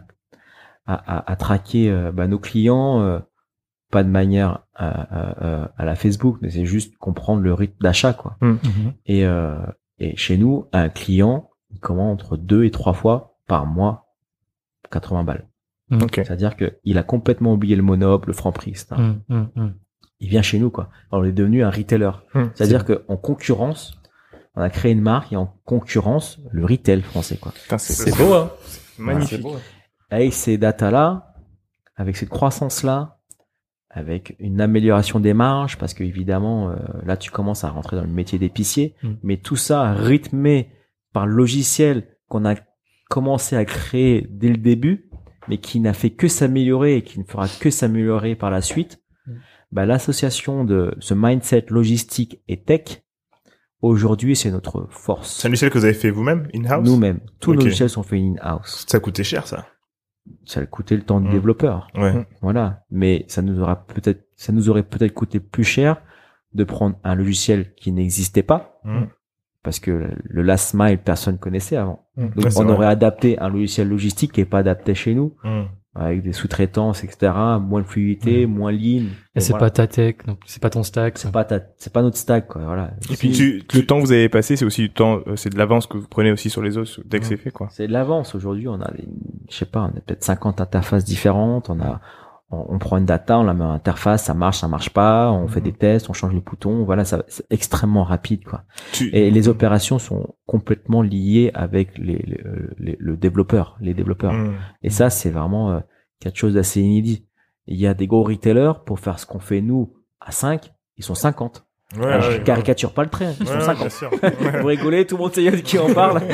à, à- à traquer euh, bah, nos clients, euh, pas de manière euh, euh, euh, à la Facebook, mais c'est juste comprendre le rythme d'achat, quoi. Mhm. Et, euh, et chez nous, un client il commande entre deux et trois fois par mois quatre-vingts balles. Ok. C'est-à-dire que il a complètement oublié le Monop, le Franprix, et cetera. Mm, mm, mm. Il vient chez nous, quoi. Alors, on est devenu un retailer. Hmm. C'est-à-dire qu'en concurrence, on a créé une marque et en concurrence, le retail français, quoi. Putain, c'est, C'est c'est beau, hein. Magnifique. C'est beau. Avec ces datas-là, avec cette croissance-là, avec une amélioration des marges, parce que évidemment, euh, là, tu commences à rentrer dans le métier d'épicier, Mm. mais tout ça rythmé par le logiciel qu'on a commencé à créer dès le début, mais qui n'a fait que s'améliorer et qui ne fera que s'améliorer par la suite. Mm. Bah, l'association de ce mindset logistique et tech, aujourd'hui, c'est notre force. C'est un logiciel que vous avez fait vous-même, in-house? Nous-mêmes. Tous Ok. nos logiciels sont faits in-house. Ça coûtait cher, ça. Ça a coûté le temps du Mm. développeur. Ouais. Voilà. Mais ça nous aura peut-être, ça nous aurait peut-être coûté plus cher de prendre un logiciel qui n'existait pas. Mm. Parce que le last mile, personne connaissait avant. Mm. Donc, Ouais, c'est on vrai. aurait adapté un logiciel logistique qui est pas adapté chez nous, Mm. avec des sous-traitances, et cetera, moins de fluidité, moins lean. Et c'est voilà. pas ta tech, donc c'est pas ton stack. c'est pas ta, c'est pas notre stack, quoi. Voilà. Et puis, tu, Le temps que vous avez passé, c'est aussi du temps, euh, c'est de l'avance que vous prenez aussi sur les autres dès que Ouais. c'est fait, quoi. C'est de l'avance. Aujourd'hui, on a, des, je sais pas, on a peut-être cinquante interfaces différentes. On a, on, on prend une data, on la met en interface, ça marche, ça marche pas. On fait des tests, on change les boutons. Voilà, ça, c'est extrêmement rapide, quoi. tu, Et les opérations sont complètement liées avec les, les, les- le développeur, les développeurs. Mm. Et ça, c'est vraiment euh, quelque chose d'assez inédit. Il y a des gros retailers pour faire ce qu'on fait nous à cinq, ils sont cinquante. Ouais, Alors, ouais, je caricature pas le trait, ils ouais, sont ouais, cinquante. bien sûr. Vous rigolez, tout le monde sait de qui on parle.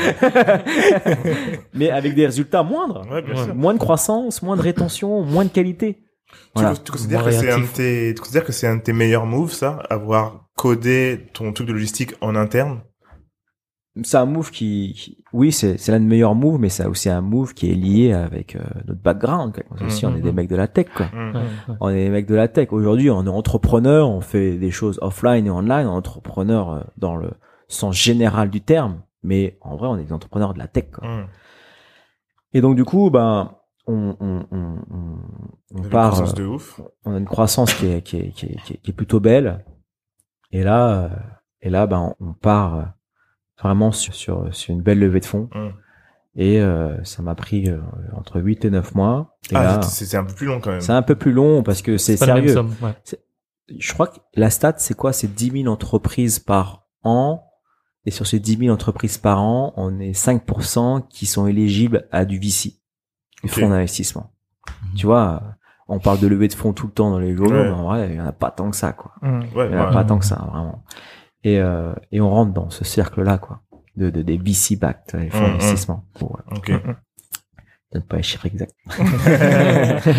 Mais avec des résultats moindres. Ouais, bien Ouais. sûr. Moins de croissance, moins de rétention, moins de qualité. Voilà. Tu, tu considères Moins que c'est un de réactif. tes, tu considères que c'est un de tes meilleurs moves, ça? Avoir codé ton truc de logistique en interne? C'est un move qui, qui- oui, c'est, c'est l'un des meilleurs moves, mais c'est aussi un move qui est lié avec euh, notre background. Quoi. Nous aussi, Mhm. on est des mecs de la tech, quoi. Mm. Ouais, ouais. On est des mecs de la tech. Aujourd'hui, on est entrepreneur, on fait des choses offline et online, on est entrepreneur euh, dans le sens général du terme, mais en vrai, on est des entrepreneurs de la tech, quoi. Mm. Et donc, du coup, ben, on, on, on, on, on Vous avez une part, croissance euh, de ouf. on a une croissance qui est, qui est, qui est, qui est, qui est plutôt belle. Et là, euh, et là, ben, on part euh, vraiment sur, sur, sur une belle levée de fonds. Mm. Et euh, ça m'a pris euh, entre huit et neuf mois. Et ah, là, c'est, c'est un peu plus long quand même. C'est un peu plus long parce que c'est, c'est pas sérieux. la même somme, ouais. C'est, je crois que la stat, c'est quoi? C'est dix mille entreprises par an. Et sur ces dix mille entreprises par an, on est cinq pour cent qui sont éligibles à du V C, du Okay. fonds d'investissement. Mhm. Tu vois, on parle de levée de fonds tout le temps dans les journaux, Ouais. mais en vrai, il y en a pas tant que ça, quoi. Mmh. Ouais, Il y en a ouais. pas tant que ça, vraiment. Et, euh, et on rentre dans ce cercle-là, quoi. De, de, des V C-backed, les fonds Mhm. d'investissement. Pour, euh, Ok. donne pas les chiffres exacts. Ok.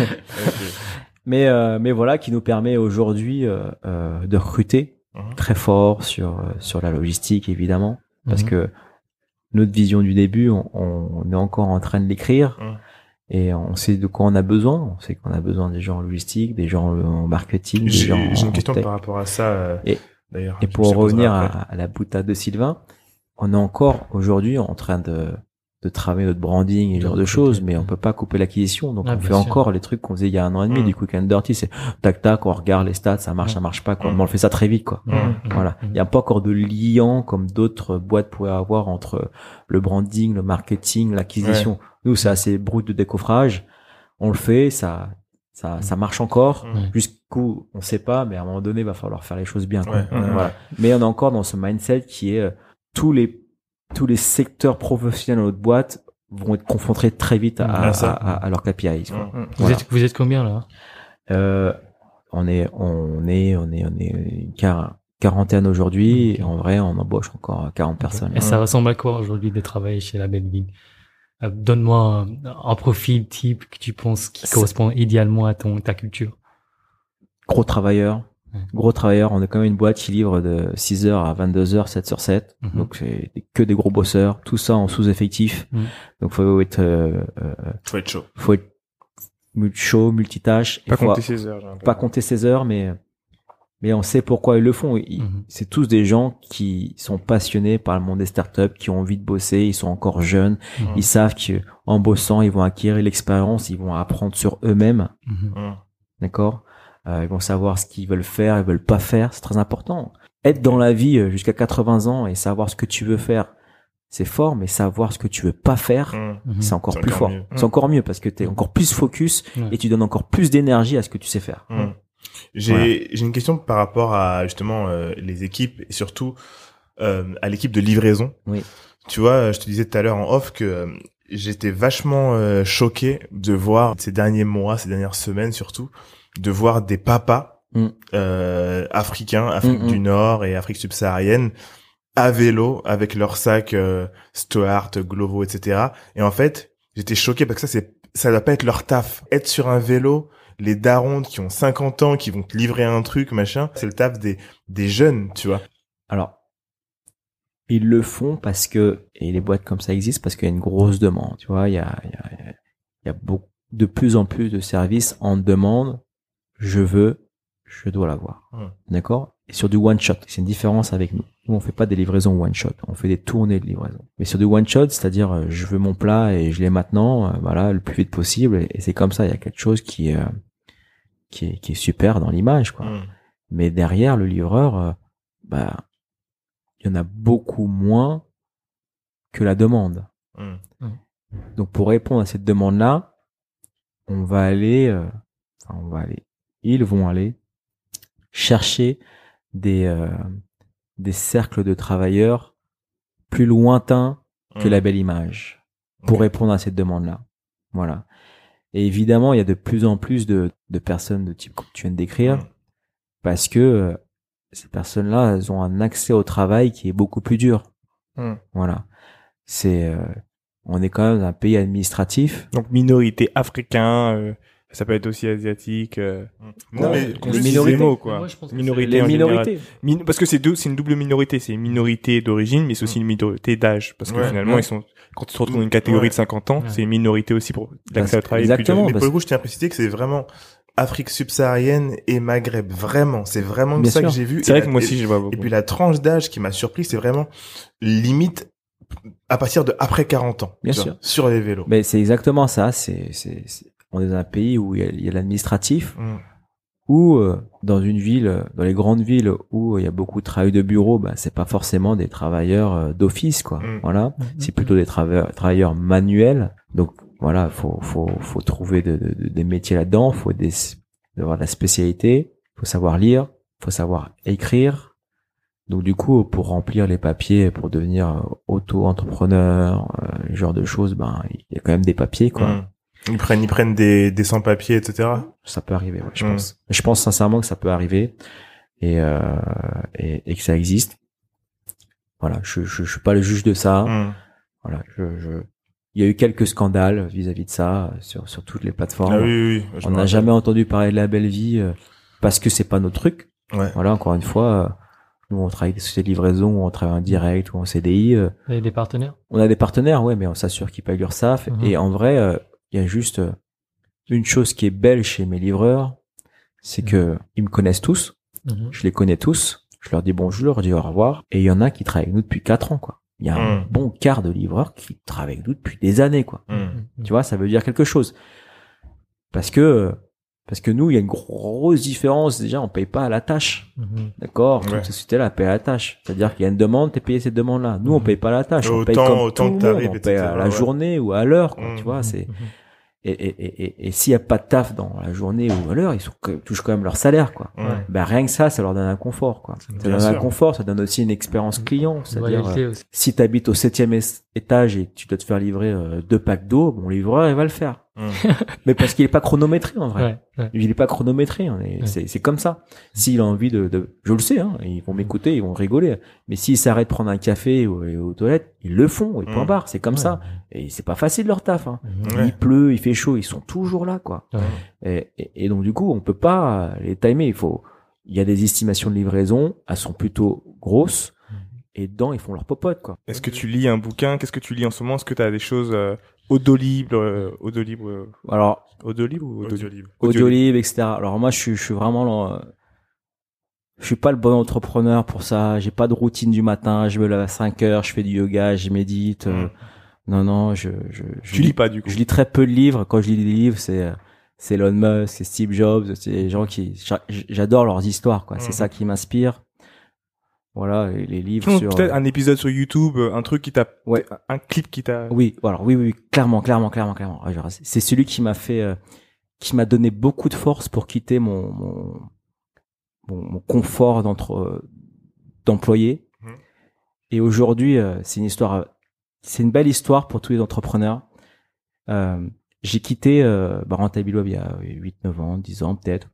mais, euh, mais voilà, qui nous permet aujourd'hui, euh, euh, de recruter Mhm. très fort sur, euh, sur la logistique, évidemment. Parce Mhm. que notre vision du début, on, on est encore en train de l'écrire Mhm. et on sait de quoi on a besoin. On sait qu'on a besoin des gens en logistique, des gens en marketing, des J'ai, gens j'ai en une question tech. par rapport à ça. euh, Et- d'ailleurs. Et Je pour te poserai revenir après. à, à la boutade de Sylvain, on est encore aujourd'hui en train de, de travailler notre branding et De ce genre de recruter. choses, mais on peut pas couper l'acquisition. Donc Ah, on bien fait sûr. encore les trucs qu'on faisait il y a un an et demi, Mm. du quick and dirty. C'est tac tac, on regarde les stats, ça marche, Mm. ça marche pas, quoi. Mm. Mais on le fait ça très vite, quoi. Mhm. Mhm. Voilà. Il n'y a pas encore de lien comme d'autres boîtes pourraient avoir entre le branding, le marketing, l'acquisition. Nous, c'est assez brut de décoffrage. On le fait, ça, ça, ça marche encore. Mm. Jusqu'où, on sait pas, mais à un moment donné, il va falloir faire les choses bien, quoi. Ouais, ouais, Voilà. ouais. Mais on est encore dans ce mindset qui est, euh, tous les, tous les secteurs professionnels de notre boîte vont être confrontés très vite à, Mm. à, Ah, ça. à, à leurs K P Is, quoi. Mm. Mmh. Vous Voilà. êtes, vous êtes combien, là? Euh, on est, on est, on est, on est une quar- quarantaine aujourd'hui. Ok. Et en vrai, on embauche encore quarante personnes. Et ça ressemble à quoi aujourd'hui de travailler chez la Belleville? Euh, donne-moi un, un profil type que tu penses qui C'est- correspond idéalement à ton, ta culture. Gros travailleur. Ouais. Gros travailleur. On est quand même une boîte qui livre de six heures à vingt-deux heures, sept sur sept. Mhm. Donc, c'est que des gros bosseurs. Tout ça en sous-effectif. Mhm. Donc, faut être, euh, euh, Faut être chaud. faut être mul- chaud, multitâche. Pas Il faut compter ses heures. j'ai l'impression. pas compter ses heures, mais, mais on sait pourquoi ils le font. Ils- Mhm. C'est tous des gens qui sont passionnés par le monde des startups, qui ont envie de bosser, ils sont encore jeunes. Mhm. Ils savent que en bossant, ils vont acquérir l'expérience, ils vont apprendre sur eux-mêmes. Mhm. Mm. D'accord? Euh, ils vont savoir ce qu'ils veulent faire, ils veulent pas faire, c'est très important. Être dans la vie euh, jusqu'à quatre-vingts ans et savoir ce que tu veux faire, c'est fort, mais savoir ce que tu veux pas faire, Mm. Mhm. c'est encore C'est plus encore fort. mieux. C'est encore mieux parce que tu es encore plus focus Ouais. et tu donnes encore plus d'énergie à ce que tu sais faire. Mm. J'ai, Voilà. j'ai une question par rapport à justement euh, les équipes et surtout euh, à l'équipe de livraison. Oui. Tu vois, je te disais tout à l'heure en off que euh, j'étais vachement euh, choqué de voir ces derniers mois, ces dernières semaines surtout, de voir des papas Mm. euh, africains, Afrique Mm, mm. du Nord et Afrique subsaharienne à vélo avec leurs sacs euh, Stuart, Glovo, et cetera. Et en fait, j'étais choqué parce que ça, c'est, ça doit pas être leur taf. Être sur un vélo, les darons qui ont cinquante ans, qui vont te livrer un truc, machin, c'est le taf des, des jeunes, tu vois. Alors, ils le font parce que, et les boîtes comme ça existent parce qu'il y a une grosse demande, tu vois, il y a, il y a, il y a beaucoup, de plus en plus de services en demande, je veux, je dois l'avoir. Mm. D'accord? Et sur du one shot, c'est une différence avec nous. Nous, on fait pas des livraisons one shot, on fait des tournées de livraison. Mais sur du one shot, c'est-à-dire, euh, je veux mon plat et je l'ai maintenant, euh, voilà, le plus vite possible, et, et c'est comme ça, il y a quelque chose qui, euh, qui est, qui est super dans l'image, quoi. Mm. Mais derrière, le livreur, euh, bah, il y en a beaucoup moins que la demande. Mm. Donc, pour répondre à cette demande-là, on va aller, euh, enfin, on va aller, ils vont aller chercher des, euh, des cercles de travailleurs plus lointains que Mm. la belle image pour Ok. répondre à cette demande-là. Voilà. Et évidemment, il y a de plus en plus de, de personnes de type que tu viens de décrire, Mm. parce que euh, ces personnes-là, elles ont un accès au travail qui est beaucoup plus dur. Mm. Voilà. C'est, euh, on est quand même un pays administratif. Donc minorité africain, euh, ça peut être aussi asiatique. Euh, Non, mais, qu'on les utilise minorités. les mots, quoi. Moi, je pense que minorité Les en général. minorités. Min- parce que c'est deux, c'est une double minorité. C'est une minorité d'origine, mais c'est aussi une minorité d'âge. Parce que Ouais, finalement, ouais. ils sont, quand tu te retrouves dans une catégorie Ouais. de cinquante ans, Ouais. c'est une minorité aussi pour l'accès au travail. Exactement. mais parce- pour le coup, je tiens à préciser que c'est vraiment Afrique subsaharienne et Maghreb. Vraiment. C'est vraiment Bien ça sûr. que j'ai vu. C'est Et vrai la- que moi et- aussi, je vois beaucoup. Et puis la tranche d'âge qui m'a surpris, c'est vraiment limite à partir de après quarante ans. Bien tu sûr. vois, sur les vélos. Mais c'est exactement ça. C'est, c'est, c'est- on est dans un pays où il y a, il y a l'administratif, Mm. Ou euh, dans une ville, dans les grandes villes où il y a beaucoup de travail de bureau, bah c'est pas forcément des travailleurs euh, d'office, quoi. Mm. Voilà, Mhm. c'est plutôt des travailleurs, travailleurs manuels. Donc voilà, faut faut faut trouver de, de, de- des métiers là-dedans. Faut des avoir de la spécialité. Faut savoir lire. Faut savoir écrire. Donc du coup, pour remplir les papiers, pour devenir euh, auto-entrepreneur, euh, ce genre de choses, ben il y a quand même des papiers, quoi. Mm. Ils prennent, ils prennent des, des sans-papiers, et cetera. Ça peut arriver, ouais, je Mm. pense. Je pense sincèrement que ça peut arriver et euh, et, et que ça existe. Voilà, je, je je suis pas le juge de ça. Mm. Voilà, je je il y a eu quelques scandales vis-à-vis de ça sur sur toutes les plateformes. Ah oui, oui, oui. je On me n'a rappelle. jamais entendu parler de la belle vie euh, parce que c'est pas notre truc. Ouais. Voilà, encore une fois, euh, nous on travaille sur des livraisons, ou on travaille en direct ou en C D I. euh, Vous avez des partenaires? on a des partenaires, ouais, mais on s'assure qu'ils payent l'URSSAF. Mhm. Et en vrai, euh, il y a juste euh, une chose qui est belle chez mes livreurs, c'est que ils me connaissent tous. Mhm. Je les connais tous. Je leur dis bonjour, je leur dis au revoir. Et il y en a qui travaillent avec nous depuis quatre ans, quoi. Il y a un Mm. bon quart de livreurs qui travaillent avec nous depuis des années, quoi. Mm. Mhm. Tu vois, ça veut dire quelque chose. Parce que, parce que nous, il y a une grosse différence. Déjà, on paye pas à la tâche. Mhm. D'accord? Ouais. Toute société là paye à la tâche. C'est-à-dire qu'il y a une demande, t'es payé cette demande-là. Nous, on Mhm. paye pas à la tâche. On Autant- paye comme autant tout que le monde. t'arrives, On paye et cetera, à la ouais. journée ou à l'heure, quoi. Mhm. Tu vois, c'est, Mhm. et, et, et, et, et s'il y a pas de taf dans la journée ou à l'heure, ils sont, ils touchent quand même leur salaire, quoi. Mm. Ouais. Ben, rien que ça, ça leur donne un confort, quoi. Ça Bien donne un sûr. confort, ça donne aussi une expérience client. C'est-à-dire, Loyauté euh, aussi. si t'habites au septième es- étage et que tu dois te faire livrer euh, deux packs d'eau, mon livreur, il va le faire. Mm. Mais parce qu'il est pas chronométré, en vrai. Ouais, ouais. Il est pas chronométré, on est, Ouais. c'est, c'est comme ça. S'il a envie de, de, je le sais, hein, ils vont m'écouter, ils vont rigoler. Mais s'ils s'arrêtent de prendre un café ou aller aux toilettes, ils le font, et point Mm. barre. C'est comme Ouais. ça. Et c'est pas facile leur taf, hein. Mhm. Ouais. Il pleut, il fait chaud, ils sont toujours là, quoi. Ouais. Et, et, et donc, du coup, on peut pas les timer. Il faut, il y a des estimations de livraison, elles sont plutôt grosses. Et dedans, ils font leur popote, quoi. Est-ce que tu lis un bouquin? Qu'est-ce que tu lis en ce moment? Est-ce que tu as des choses euh, audibles, euh, audibles, euh, Alors, audibles ou audibles? Audiolib. Audiolib, et cetera. Alors moi, je suis, je suis vraiment, dans, je suis pas le bon entrepreneur pour ça. J'ai pas de routine du matin. Je me lève à cinq heures, je fais du yoga, je médite. euh, Mm. non, non, je, je, je Tu lis pas du coup? Je lis très peu de livres. Quand je lis des livres, c'est, euh, c'est Elon Musk, c'est Steve Jobs, c'est des gens qui, j'a- j'adore leurs histoires, quoi. C'est Mhm. ça qui m'inspire. Voilà, et les livres Sinon, sur. peut-être un épisode sur YouTube, euh, un truc qui t'a, Ouais. un clip qui t'a. Oui, alors oui, oui, oui, clairement, clairement, clairement, clairement. Ouais, genre, c'est- C'est celui qui m'a fait, euh, qui m'a donné beaucoup de force pour quitter mon mon, mon, mon confort d'entre euh, d'employé. Mhm. Et aujourd'hui, euh, c'est une histoire, euh, c'est une belle histoire pour tous les entrepreneurs. Euh, j'ai quitté euh, bah, Rentabilio il y a huit neuf ans, dix ans peut-être.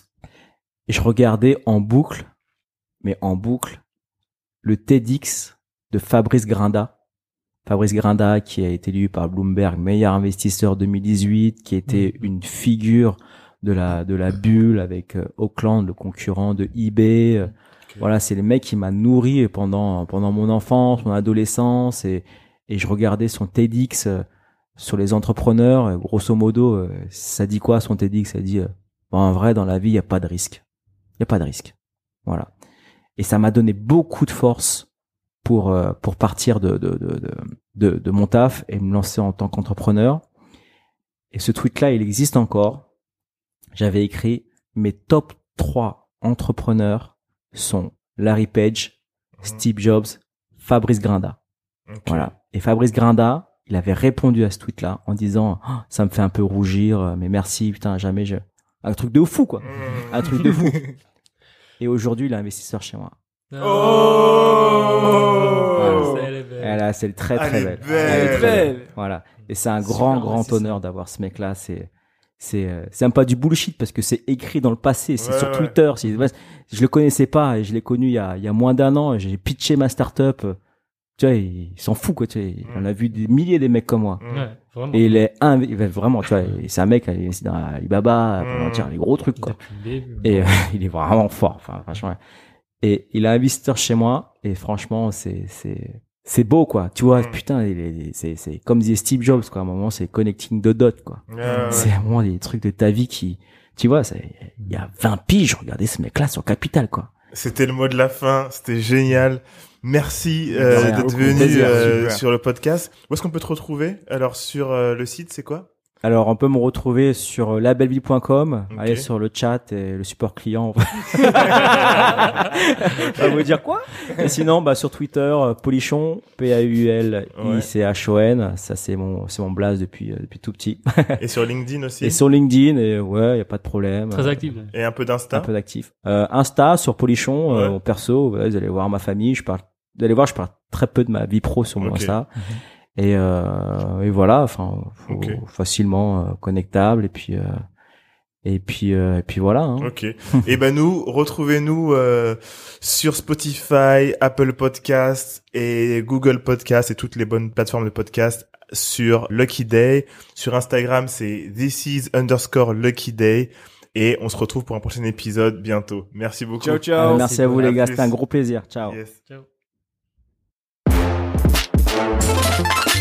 Et je regardais en boucle, mais en boucle, le TEDx de Fabrice Grinda. Fabrice Grinda, qui a été élu par Bloomberg meilleur investisseur deux mille dix-huit, qui était Mhm. une figure de la de la bulle avec euh, Auckland, le concurrent de eBay. Euh, Voilà, c'est le mec qui m'a nourri pendant pendant mon enfance, mon adolescence, et et je regardais son TEDx euh, sur les entrepreneurs. Euh, Grosso modo, euh, ça dit quoi son TEDx? Ça dit, euh, bon, en vrai, dans la vie, il y a pas de risque. Il y a pas de risque. Voilà. Et ça m'a donné beaucoup de force pour euh, pour partir de de, de de de de mon taf et me lancer en tant qu'entrepreneur. Et ce tweet-là, il existe encore. J'avais écrit mes top trois entrepreneurs sont Larry Page, Steve Jobs, Fabrice Grinda. Ok. Voilà. Et Fabrice Grinda, il avait répondu à ce tweet-là en disant oh, ça me fait un peu rougir, mais merci, putain, jamais je un truc de fou quoi. Mm. Un truc de fou. Et aujourd'hui, il est investisseur chez moi. Oh Ça, elle est belle. Et là, c'est très très Elle est belle. belle. Elle est très Belle. belle. Voilà. Et c'est un Super grand grand investisseur. honneur d'avoir ce mec-là. C'est c'est euh, c'est même pas du bullshit parce que c'est écrit dans le passé. C'est Ouais, sur ouais. Twitter. C'est, ouais, je le connaissais pas et je l'ai connu il y a il y a moins d'un an. J'ai pitché ma startup. Tu vois, il, il s'en fout quoi. Tu vois, on a vu des milliers des mecs comme moi. Mm. Ouais, vraiment. Et il est un, il est vraiment, tu vois, c'est un mec, il est dans Alibaba, Mm. pour les gros trucs quoi. Depuis le début. Et euh, il est vraiment fort, enfin franchement. Et il est investisseur chez moi et franchement c'est c'est c'est beau quoi. Tu vois, Mm. putain, il est c'est c'est comme disait Steve Jobs quoi. À un moment c'est connecting the dots quoi. Ouais, ouais. C'est vraiment des trucs de ta vie qui, tu vois, c'est il y a vingt piges, regardez ce mec là sur Capital quoi. C'était le mot de la fin. C'était génial. Merci euh, De rien. d'être Beaucoup venu plaisir. euh, Super. sur le podcast. Où est-ce qu'on peut te retrouver? Alors sur euh, le site, c'est quoi? Alors, on peut me retrouver sur la belle vie point com. Okay. Allez sur le chat et le support client. Ça va vous dire quoi? Et sinon, bah, sur Twitter, Polichon, P A U L I C H O N. Ça, c'est mon, c'est mon blaze depuis, euh, depuis tout petit. Et sur LinkedIn aussi? Et sur LinkedIn, et ouais, y a pas de problème. Très actif. Et un peu d'Insta? Un peu d'actif. Euh, Insta, sur Polichon, ouais. euh, mon perso, ouais, vous allez voir ma famille, je parle, vous allez voir, je parle très peu de ma vie pro sur mon okay. Insta. Mm-hmm. Et, euh, et voilà, enfin, faut okay. facilement euh, connectable et puis euh, et puis euh, et puis voilà. Hein. Ok. Et ben nous, retrouvez-nous euh, sur Spotify, Apple Podcasts et Google Podcasts et toutes les bonnes plateformes de podcasts sur Lucky Day. Sur Instagram, c'est this is underscore Lucky Day. Et on se retrouve pour un prochain épisode bientôt. Merci beaucoup. Ciao ciao. Euh, merci, merci à vous les gars, c'était un gros plaisir. Ciao. Yes. Ciao.